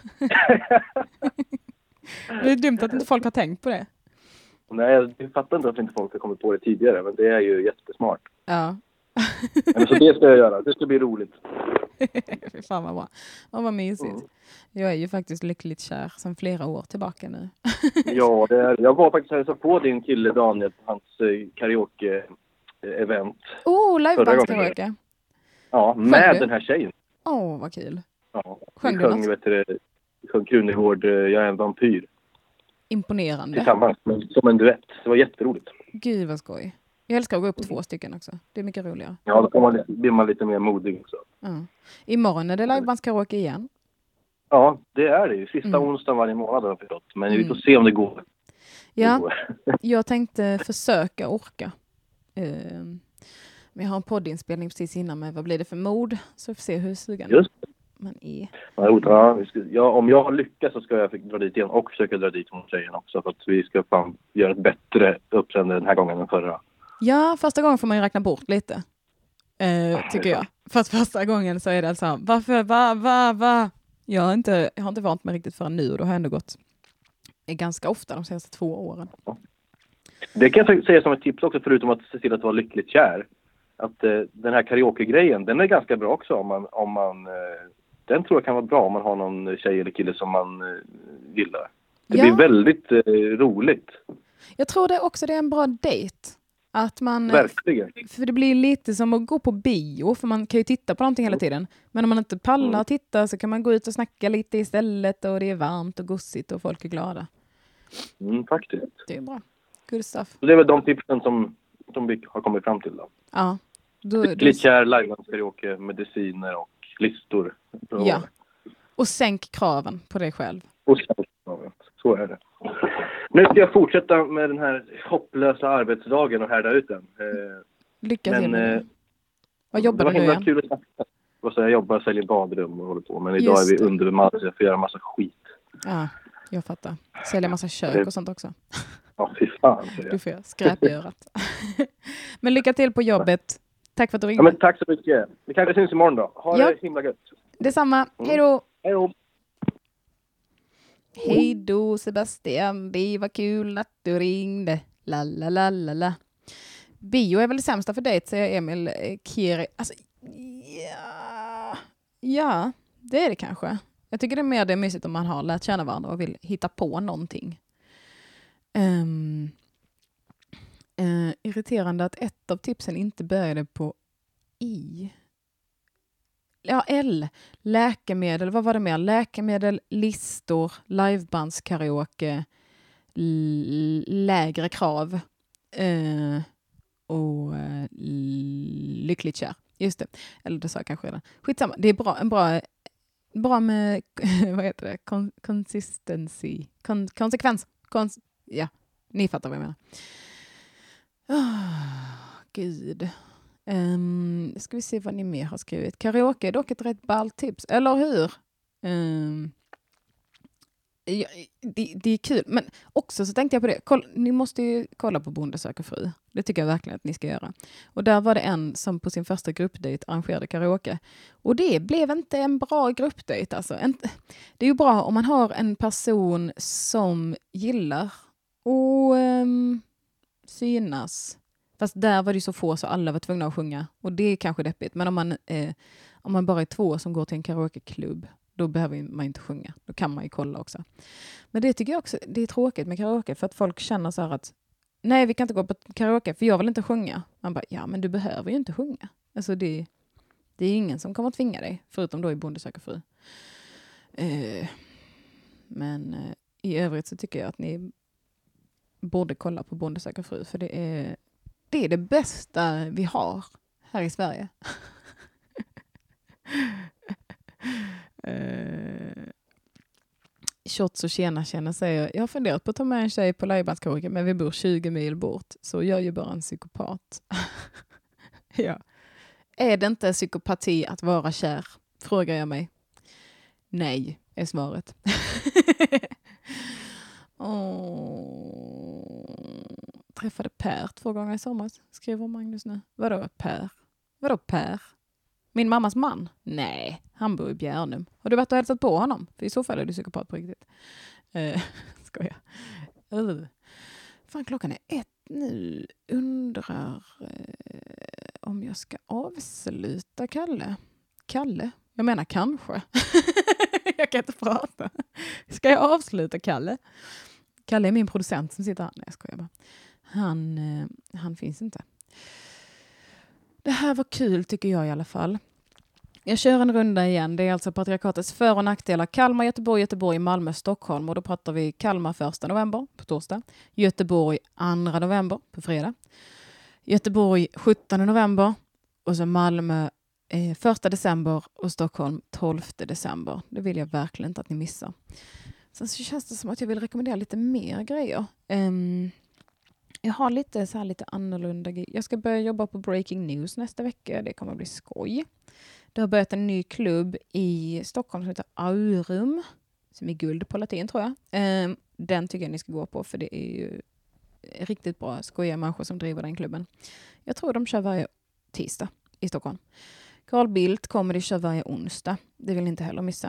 Det är dumt att inte folk har tänkt på det. Nej, jag fattar inte att inte folk har kommit på det tidigare, men det är ju jättesmart. Ja. Men så det ska jag göra, det ska bli roligt. Fy fan vad bra. Åh, vad mysigt. Mm. Jag är ju faktiskt lyckligt kär sedan flera år tillbaka nu. Ja, det är, jag var faktiskt här så på din kille Daniel på hans eh, karaoke-event. Oh, Förra livebandskaraoke. Ja, med du? den här tjejen. Åh, oh, vad kul. Ja, Sjöng vi du sjöng, något? vet du, vi sjöng Krunegård, eh, Jag är en vampyr. Imponerande. Tillsammans, men som en duett. Det var jätteroligt. Gud vad skoj. Jag älskar att gå upp två stycken också. Det är mycket roligare. Ja, då får man, lite- blir man lite mer modig också. Ja. Imorgon är det livebandskaraoke igen. Ja, det är det ju. Sista Mm. onsdagen varje månad har jag förstått. Men Mm. vi får se om det går. Det Ja, går. jag tänkte försöka orka. Ehm, Men jag har en poddinspelning precis innan med Vad blir det för mod? Så vi får se hur sugen Just man är. Ja, roligt. Ja, vi ska, ja, om jag lyckas så ska jag fick dra dit igen och försöka dra dit hon tjejen också. För att vi ska fan göra ett bättre uppträdande den här gången än förra. Ja, första gången får man ju räkna bort lite. Eh, tycker jag. För att första gången så är det alltså, varför, va, va, va? Jag har inte, jag har inte vant mig riktigt förrän nu och då har jag ändå gått ganska ofta de senaste två åren. Det kan jag säga som ett tips också, förutom att se till att vara lyckligt kär. Att eh, den här karaoke-grejen, den är ganska bra också om man, om man eh, den tror jag kan vara bra om man har någon tjej eller kille som man eh, gillar. Det Ja. blir väldigt eh, roligt. Jag tror det också det är en bra dejt. Att man, Verkligen. för det blir lite som att gå på bio, för man kan ju titta på någonting hela tiden. Men om man inte pallar Mm. att titta så kan man gå ut och snacka lite istället och det är varmt och gossigt och folk är glada. Mm, faktiskt. Det är bra. Good stuff. Så det är väl de tipsen som, som vi har kommit fram till då. Ja. Då, då, Lyckligt kär, livebands-karaoke, mediciner och listor. Ja. Och sänk kraven på dig själv. Och sen- så är det. Nu ska jag fortsätta med den här hopplösa arbetsdagen och härda ut den. Eh, Lycka Men, till med eh, det. Vad jobbar det du var nu himla igen? kul att snacka. Och så jag jobbar och säljer badrum och håller på. Men idag Just är vi det. underbemannade så jag får göra massa skit. Ja, jag fattar. Sälja massa kök och sånt också. Ja, fy fan. säger Du jag. får göra skräpgörat. Men lycka till på jobbet. Tack för att du Ja, ringde. men tack så mycket. Vi kanske syns imorgon då. Ha Ja. det himla gött. Detsamma. Hej då! Hej då. Hej då Sebastian, det var kul att du ringde. La la la la la. Bio är väl det sämsta för dig, säger Emil Kiri. Alltså, ja, ja, det är det kanske. Jag tycker det är mer det mysigt om man har lärt känna varandra och vill hitta på någonting. Um, uh, irriterande att ett av tipsen inte började på I. Ja, L. Läkemedel. Vad var det mer? Läkemedel, listor, livebandskaraoke, l- lägre krav uh, och uh, lyckligt kär. Just det. Eller det sa jag kanske redan. Skitsamma. Det är bra, en bra, bra med vad heter det? Kon- consistency. Kon- konsekvens. Kons- ja, ni fattar vad jag menar. Oh, gud. Um, ska vi se vad ni mer har skrivit. Karaoke är dock ett rätt ballt tips, eller hur? Um, ja, det, det är kul, men också så tänkte jag på det. Koll, ni måste ju kolla på Bonde söker fru. Det tycker jag verkligen att ni ska göra. Och där var det en som på sin första gruppdate arrangerade karaoke. Och det blev inte en bra gruppdate. Alltså. Det är ju bra om man har en person som gillar och um, synas. Fast där var det så få så alla var tvungna att sjunga. Och det är kanske deppigt. Men om man, eh, om man bara är två som går till en karaokeklubb, då behöver man inte sjunga. Då kan man ju kolla också. Men det tycker jag också, det är tråkigt med karaoke. För att folk känner så här att nej, vi kan inte gå på karaoke för jag vill inte sjunga. Man bara, ja men du behöver ju inte sjunga. Alltså det, det är ingen som kommer att tvinga dig. Förutom då i Bonde söker fru. Eh, men eh, i övrigt så tycker jag att ni borde kolla på Bonde söker fru. För det är Det är det bästa vi har här i Sverige. uh, Shots och tjena tjena säger, jag har funderat på att ta med en tjej på livebandskaraoke men vi bor tjugo mil bort. Så jag är ju bara en psykopat. Ja. Är det inte psykopati att vara kär? Frågar jag mig. Nej, är svaret. Åh... Träffade Per två gånger i somras, skriver Magnus nu. Vadå Per? Vadå Per? Min mammas man? Nej, han bor i Bjärnum. Har du varit och hälsat på honom? För i så fall är du psykopat på riktigt. Uh, skojar. Uh. Fan, klockan är ett nu. Undrar uh, om jag ska avsluta Kalle. Kalle? Jag menar kanske. Jag kan inte prata. Ska jag avsluta Kalle? Kalle är min producent som sitter här. Nej, jag skojar bara. Han, eh, han finns inte. Det här var kul tycker jag i alla fall. Jag kör en runda igen. Det är alltså patriarkatets för- och nackdelar. Kalmar, Göteborg, Göteborg, Malmö, Stockholm. Och då pratar vi Kalmar första november på torsdag. Göteborg andra november på fredag. Göteborg sjuttonde november. Och så Malmö eh, första december och Stockholm tolfte december. Det vill jag verkligen inte att ni missar. Sen så känns det som att jag vill rekommendera lite mer grejer. Um, jag har lite så här lite annorlunda grejer. Jag ska börja jobba på Breaking News nästa vecka. Det kommer att bli skoj. Det har börjat en ny klubb i Stockholm som heter Aurum. Som är guld på latin tror jag. Um, den tycker jag ni ska gå på för det är ju riktigt bra skojiga människor som driver den klubben. Jag tror de kör varje tisdag i Stockholm. Carl Bildt kommer att köra varje onsdag. Det vill inte heller missa.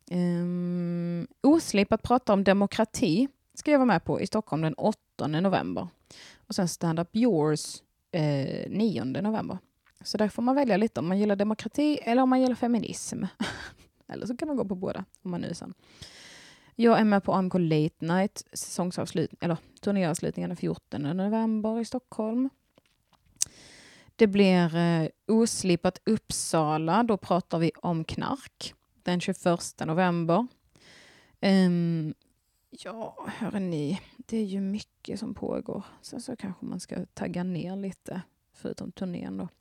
Um, Oslip att prata om demokrati ska jag vara med på i Stockholm den åttonde november. Och sen Stand Up Yours eh, nionde november. Så där får man välja lite om man gillar demokrati eller om man gillar feminism. Eller så kan man gå på båda om man nu är sån. Jag är med på A M K Late Night säsongsavslutning eller turnéavslutningen den fjortonde november i Stockholm. Det blir eh, Oslipat Uppsala. Då pratar vi om knark. Den tjugoförsta november. Um, ja, hör ni. Det är ju mycket som pågår. Sen så kanske man ska tagga ner lite. Förutom turnén då.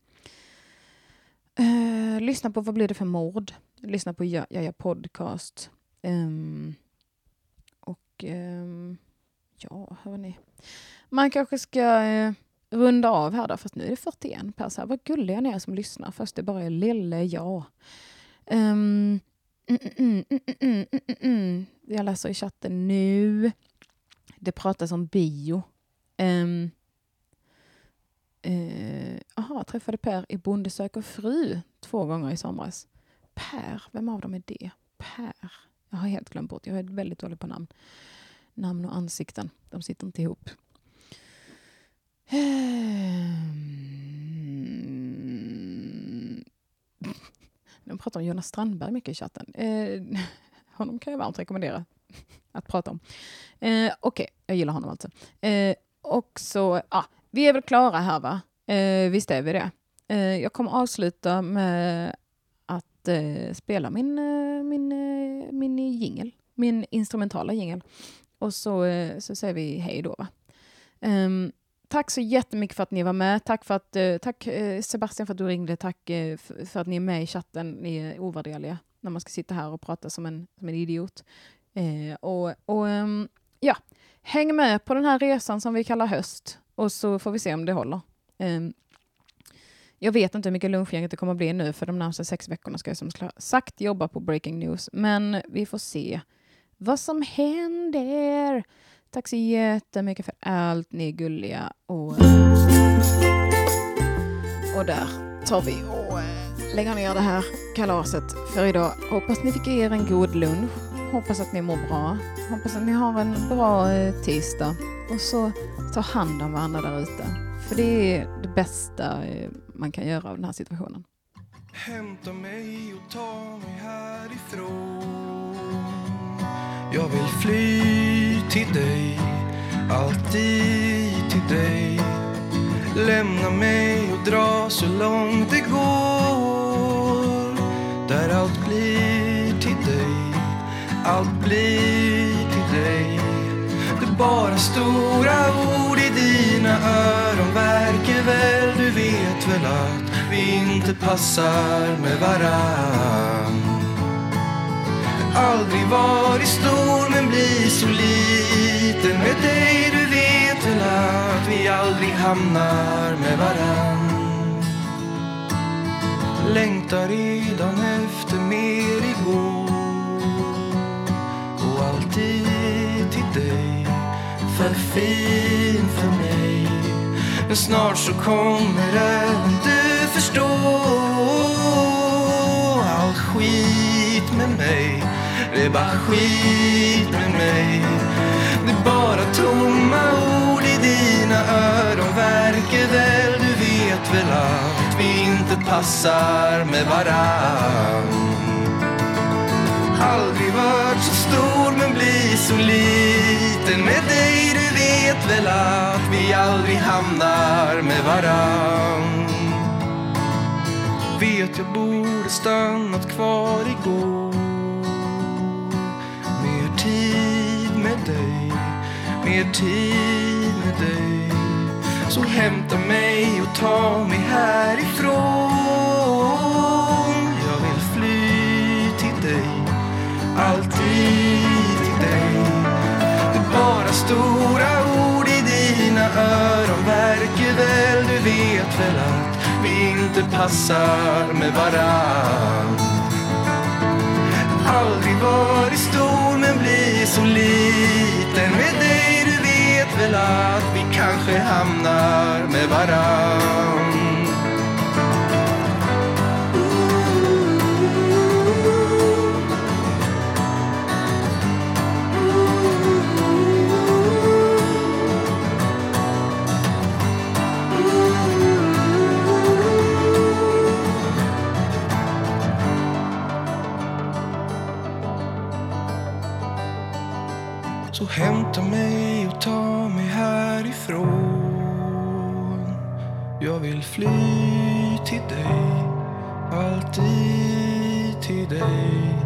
Uh, lyssna på Vad blir det för mord? Lyssna på Ja, ja, ja podcast. Um, och um, ja, hör ni. Man kanske ska uh, runda av här då. Fast nu är det fyrtioen per så här. Vad gulliga ni är som lyssnar. Fast det bara är lille ja. Um, Mm, mm, mm, mm, mm, mm. Jag läser i chatten nu. Det pratas om bio. Um, uh, aha, träffade Per i Bonde söker fru två gånger i somras. Per, vem av dem är det? Per. Jag har helt glömt bort. Jag är väldigt dålig på namn. Namn och ansikten. De sitter inte ihop. De pratar om Jonas Strandberg mycket i chatten. Eh, honom kan jag varmt rekommendera att prata om. Eh, Okej, okay. Jag gillar honom alltså. Eh, och så, ah, vi är väl klara här va? Eh, visst är vi det. Eh, jag kommer avsluta med att eh, spela min, eh, min, eh, min jingle. Min instrumentala jingle. Och så, eh, så säger vi hej då va? Um, tack så jättemycket för att ni var med. Tack, för att, uh, tack uh, Sebastian för att du ringde. Tack uh, för, för att ni är med i chatten. Ni är ovärderliga när man ska sitta här och prata som en, som en idiot. Uh, och och um, ja, häng med på den här resan som vi kallar höst. Och så får vi se om det håller. Um, jag vet inte hur mycket lunchgänget det kommer att bli nu. För de närmaste sex veckorna ska jag som sagt jobba på Breaking News. Men vi får se vad som händer. Tack så jättemycket för allt. Ni är gulliga. Och, och där tar vi och lägger ner det här kalaset för idag. Hoppas ni fick er en god lunch. Hoppas att ni mår bra. Hoppas att ni har en bra tisdag. Och så ta hand om varandra där ute. För det är det bästa man kan göra av den här situationen. Hämta mig och ta mig härifrån. Jag vill fly till dig, alltid till dig. Lämna mig och dra så långt det går. Där allt blir till dig, allt blir till dig. Det är bara stora ord i dina öron. Verkar väl, du vet väl att vi inte passar med varann. Aldrig varit stor men blir så liten med dig. Du vet väl att vi aldrig hamnar med varann. Längtar redan efter mer igår. Och alltid till dig, för fin för mig. Men snart så kommer även du förstå. All skit med mig, det är bara skit med mig. Det är bara tomma ord i dina öron. Verkar väl, du vet väl att vi inte passar med varann. Aldrig varit så stor men blir så liten med dig. Du vet väl att vi aldrig hamnar med varann. Vet jag borde stannat kvar igår. Mer tid med dig, mer tid med dig. Så hämta mig och ta mig härifrån. Jag vill fly till dig, alltid till dig. Det är bara stora ord i dina öron. Verkar väl, du vet väl att vi inte passar med varann. Aldrig varit stor men blir så liten med dig. Du vet väl att vi kanske hamnar med varann. Så hämta mig och ta mig härifrån. Jag vill fly till dig, alltid till dig.